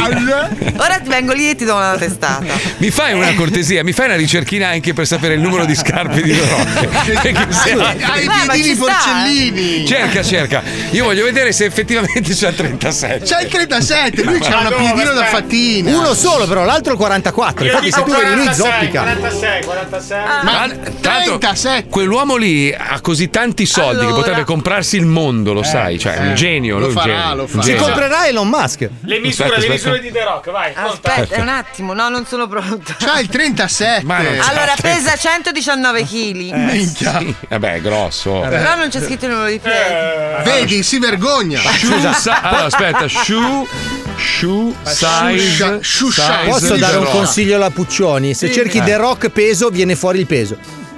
di ora ti vengo lì e ti do una testata. Mi fai una cortesia, mi fai una ricerchina anche per sapere il numero di scarpe di The Rock? Perché se- Ha i Beh, ma piedini ci sta, porcellini. Cerca, cerca. Io voglio vedere se effettivamente c'è il trentasette. C'è il trentasette, lui c'ha un piedino da fattina. Uno solo, però l'altro il quarantaquattro. Infatti, se tu vedi lì zoppica. quarantasei, quarantasei. Ma Tra l'altro, trentasette. quell'uomo lì ha così tanti soldi Allora. che potrebbe comprarsi il mondo, lo sai? Cioè, è un genio. lo lui è un farà, genio. lo Un farà. Si genio. comprerà Elon Musk. Le misure, Aspetta, le aspetta. misure di The Rock, vai. conta. Aspetta un attimo, no, non sono pronta. C'ha il trentasette. Ma non c'ha Allora il pesa centodiciannove chili. Minchia. Sì, vabbè, è grosso. Però non c'è scritto il numero di piedi. Vedi, si vergogna. Shoe si- allora, aspetta, shoe, shoe size, shoe size Posso di dare The un Rock. consiglio alla Puccioni? Se cerchi The Rock peso, viene fuori il peso.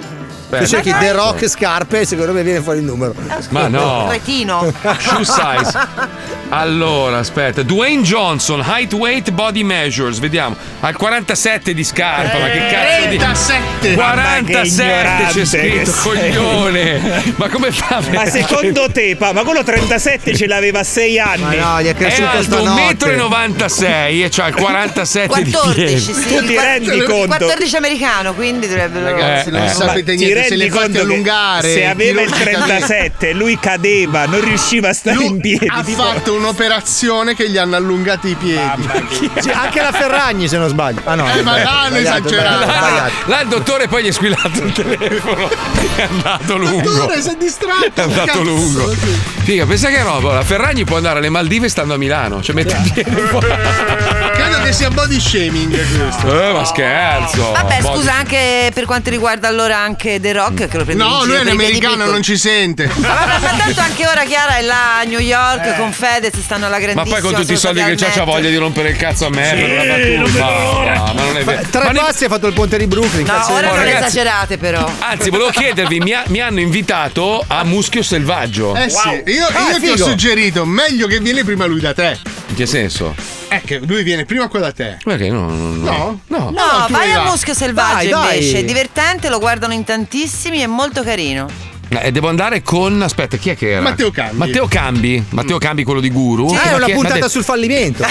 Se Beh, cerchi ma The dai. Rock scarpe, secondo me viene fuori il numero. Ma no. Cretino. Shoe size. Allora, aspetta. Dwayne Johnson, height, weight, body measures. Vediamo. Al quarantasette di scarpa. Ma che cazzo di. trentasette. quarantasette c'è scritto, coglione. Ma come fa? Ma secondo te, pa, ma quello trentasette ce l'aveva a sei anni. Ma no, gli è È cresciuto alto un metro e stanotte. novantasei e c'ha il quarantasette di quattordici, piedi. sì. Tu ti rendi conto? quattordici americano, quindi dovrebbero. Ragazzi, non Eh, sapete Ti niente, se rendi le fate conto che allungare. se aveva ti il rompi capelli. trentasette, lui cadeva, non riusciva a stare in Lui piedi. ha tipo- fatto un'operazione che gli hanno allungati i piedi. Sì, anche la Ferragni, se non sbaglio. Ah no, Eh, ma sbagliato, l'hanno sbagliato, esagerato. sbagliato, Là, sbagliato. là il dottore poi gli è squillato il telefono. È andato lungo. Dottore, sei distratto. È andato Cazzo. lungo. Figa, pensa che roba. La Ferragni può andare alle Maldive stando a Milano. Cioè, mette il piede qua. Credo che sia body shaming questo. Eh, ma scherzo. Vabbè, Body- scusa, anche per quanto riguarda allora anche The Rock, che lo prende in No, giro lui è un per i piedi americano, piccoli. non ci sente. Ma, vabbè, ma tanto anche ora Chiara è là a New York con Fedez, stanno alla Ma grandissima. poi con tutti i sono soldi stati che c'ha, al c'ha net. voglia di rompere il cazzo a me Sì, per una non battuta. vedo l'ora. No, ma non è vero. Tre Ma ne- passi ha fatto il ponte di Brooklyn. No, cazzo ora di- Oh, non ragazzi. esagerate però. Anzi, volevo chiedervi, mi, ha- mi hanno invitato a Muschio Selvaggio. Eh sì, io, Ah, io ti ho figo. suggerito meglio che viene prima lui da te. In che senso? È che lui viene prima qua da te. Perché no? No? No? No. No, No, tu vai vai a là. Muschio Selvaggio Dai, dai. invece, è divertente, lo guardano in tantissimi, è molto carino. Eh, devo andare con. Aspetta, chi è che era? Matteo Cambi. Matteo Cambi. Matteo Cambi, quello di Guru. Ah, Ma è una chi- puntata ma ha sul fallimento.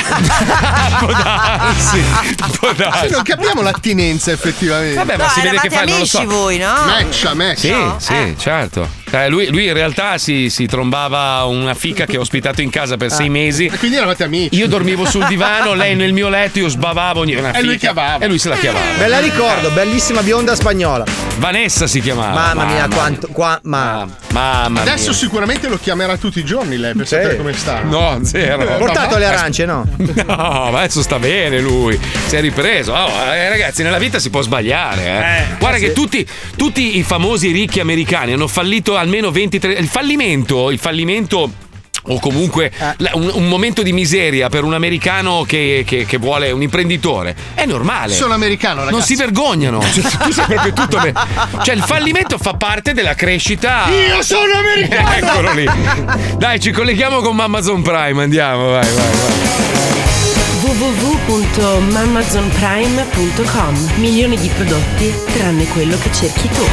Può darsi, può Sì, darsi. non capiamo l'attinenza effettivamente. Vabbè, ma No, si vede eravate che fa, non lo so. amici voi, no? Matcha, matcha. Sì, No? sì, Eh. certo. Eh, lui, lui in realtà si, si trombava una fica che ho ospitato in casa per sei mesi. E quindi eravate amici. Io dormivo sul divano, lei nel mio letto, io sbavavo ogni una E lui fica, chiavava. e lui se la chiavava. Me la ricordo, bellissima bionda spagnola. Vanessa si chiamava. Mamma mia, quanto. Qua, ma. Mamma Adesso mia. sicuramente lo chiamerà tutti i giorni lei per Sì. sapere come sta. No, zero. Ha portato le arance, no? No, ma adesso sta bene lui. Si è ripreso. Oh, eh, ragazzi, nella vita si può sbagliare. Eh. Eh, Guarda sì. che tutti, tutti i famosi ricchi americani hanno fallito almeno ventitré. Il fallimento, il fallimento. O comunque la- un, un momento di miseria per un americano che, che- che vuole un imprenditore è normale. Sono americano, ragazzi. Non si vergognano. Cioè, tu sei proprio tutto. be- Cioè, il fallimento fa parte della crescita. Io sono americano! Eccolo lì. Dai, ci colleghiamo con Amazon Prime. Andiamo, vai, vai, vai. w w w punto amazon prime punto com. Milioni di prodotti tranne quello che cerchi tu.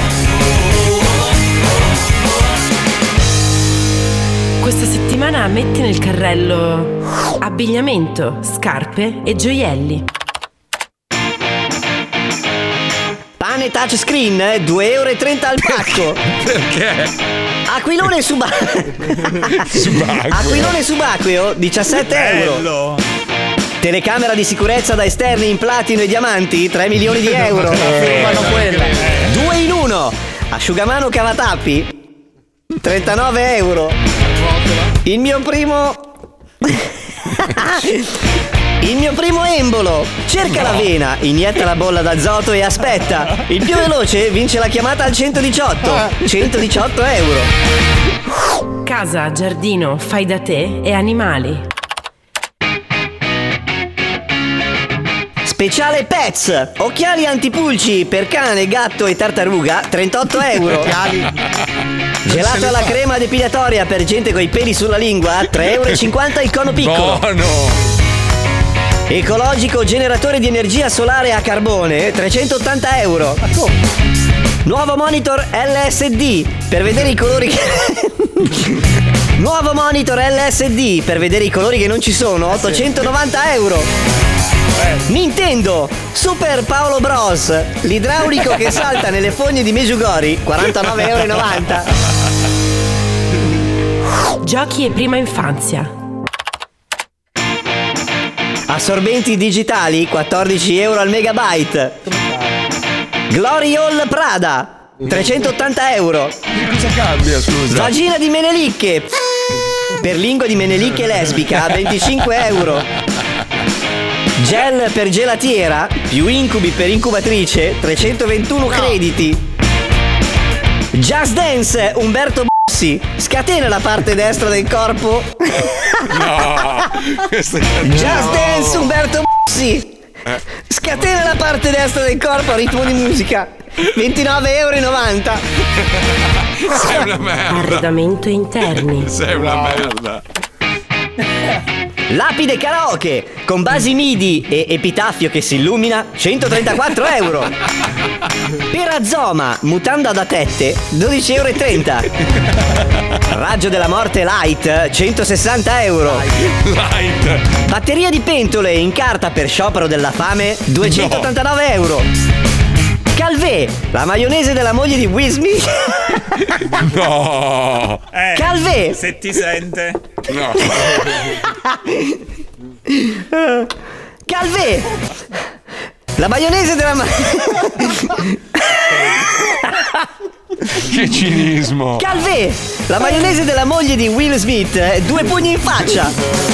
Questa settimana metti nel carrello abbigliamento, scarpe e gioielli. Pane touchscreen, eh, due euro e trenta al pacco. Perché? Aquilone subacqueo. Subacqueo. Aquilone subacqueo, diciassette euro. Bello. Telecamera di sicurezza da esterni in platino e diamanti, tre milioni di euro. Fanno quella. Due in uno. Asciugamano cavatappi, trentanove euro. Il mio primo. Il mio primo embolo. Cerca la vena, inietta la bolla d'azoto e aspetta. Il più veloce vince la chiamata al centodiciotto. centodiciotto euro. Casa, giardino, fai da te e animali. Speciale Pets. Occhiali antipulci per cane, gatto e tartaruga, trentotto euro. Gelato alla crema depilatoria per gente coi peli sulla lingua, tre euro e cinquanta il cono piccolo. Buono. Ecologico generatore di energia solare a carbone, trecentottanta euro. Nuovo monitor L S D per vedere i colori che... Nuovo monitor L S D per vedere i colori che non ci sono, ottocentonovanta euro. Nintendo Super Paolo Bros, l'idraulico che salta nelle fogne di Mejugori, quarantanove euro e novanta. Giochi e prima infanzia. Assorbenti digitali, quattordici euro al megabyte. Glory Hall Prada, trecentottanta euro. Cosa cambia, scusa? Vagina di Menelicche per lingua di Menelicche lesbica, venticinque euro. Gel per gelatiera più incubi per incubatrice, trecentoventuno crediti. Just Dance Umberto Bossi, scatena la parte destra del corpo. No, questo è Just Dance Umberto Bossi, scatena la parte destra del corpo a ritmo di musica, ventinove euro e novanta. Sei una merda. Arredamento interni. Sei una merda. Lapide karaoke con basi midi e epitaffio che si illumina, centotrentaquattro euro. Perazoma mutanda da tette, dodici euro e trenta. Raggio della morte light, centosessanta euro. Light. Batteria di pentole in carta per sciopero della fame, duecentottantanove euro. Calvé, la maionese della moglie di Will Smith. No. Eh, Calvé. Se ti sente. No. Calvé, la maionese della ma- Che cinismo. Calvé, la maionese della moglie di Will Smith, eh, due pugni in faccia.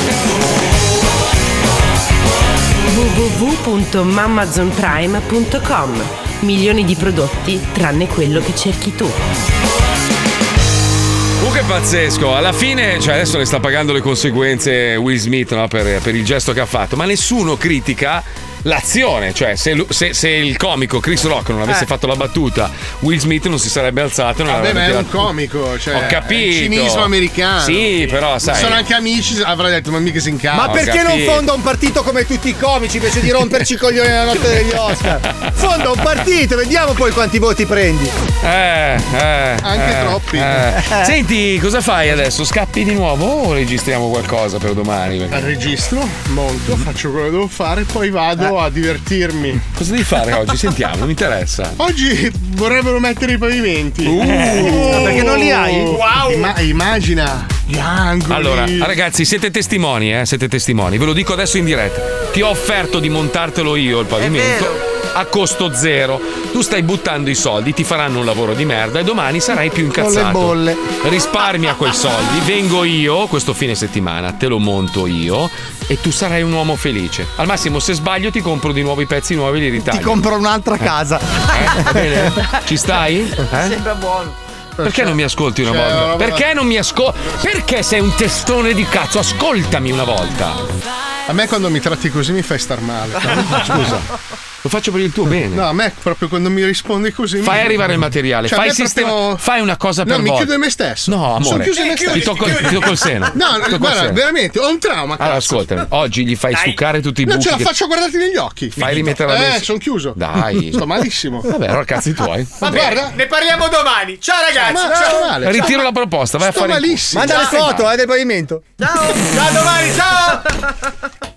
w w w punto amazon prime punto com. Milioni di prodotti tranne quello che cerchi tu. Comunque è pazzesco, alla fine, cioè adesso ne sta pagando le conseguenze Will Smith, no, per, per il gesto che ha fatto, ma nessuno critica l'azione, cioè se, lu- se, se il comico Chris Rock non avesse Eh. fatto la battuta, Will Smith non si sarebbe alzato e non Vabbè, avrebbe ma è un tirato- comico, cioè. Ho capito. È il cinismo americano. Sì, però sai. Sono anche amici, avrà detto, ma mica si incazza. Ma perché non fonda un partito come tutti i comici invece di romperci i coglioni la notte degli Oscar? Fonda un partito, vediamo poi quanti voti prendi. Eh, eh, Anche eh, troppi. eh. Senti, cosa fai adesso? Scappi di nuovo o registriamo qualcosa per domani? Perché- Registro, monto, faccio quello che devo fare, poi vado a divertirmi. Cosa devi fare oggi? Sentiamo, mi interessa. Oggi vorrebbero mettere i pavimenti. Uh. perché non li hai? Wow. Imma- immagina gli angoli. Allora, ragazzi, siete testimoni, eh? Siete testimoni. Ve lo dico adesso in diretta. Ti ho offerto di montartelo io il pavimento. a costo zero. Tu stai buttando i soldi, ti faranno un lavoro di merda e domani sarai più incazzato. Con le bolle. Risparmia quei soldi, vengo io questo fine settimana, te lo monto io e tu sarai un uomo felice. Al massimo, se sbaglio, ti compro di nuovi pezzi nuovi e li ritaglio. Ti compro un'altra casa. Eh, va bene? Ci stai? Eh? Sembra buono. Perché non mi ascolti una Cioè, volta? una Perché non mi ascolti? Perché sei un testone di cazzo? Ascoltami una volta. A me quando mi tratti così mi fai star male. Scusa. Lo faccio per il tuo bene. No, a me proprio quando mi rispondi così. Fai mi... arrivare il materiale, cioè, fai, a me sistema, proprio... fai una cosa per No, mi volta. chiudo in me stesso. No, amore. Sono chiuso in me stesso. Ti tocco, ti tocco il seno. No, Ti tocco il guarda, seno. veramente, ho un trauma. Allora, cazzo. ascoltami, oggi gli fai Dai. stuccare tutti i Non buchi. ce la che- faccio a guardarti negli occhi. Fai rimettere la Eh, messa. sono chiuso. Dai. Sto malissimo. Vabbè, allora cazzi tuoi. Va bene, ne parliamo domani. Ciao ragazzi. Ma- ciao. ciao, Male, Ritiro ciao. la proposta, vai Sto a fare il culo. malissimo. Manda le Ciao. foto eh, del pavimento. Ciao. Ciao domani, ciao.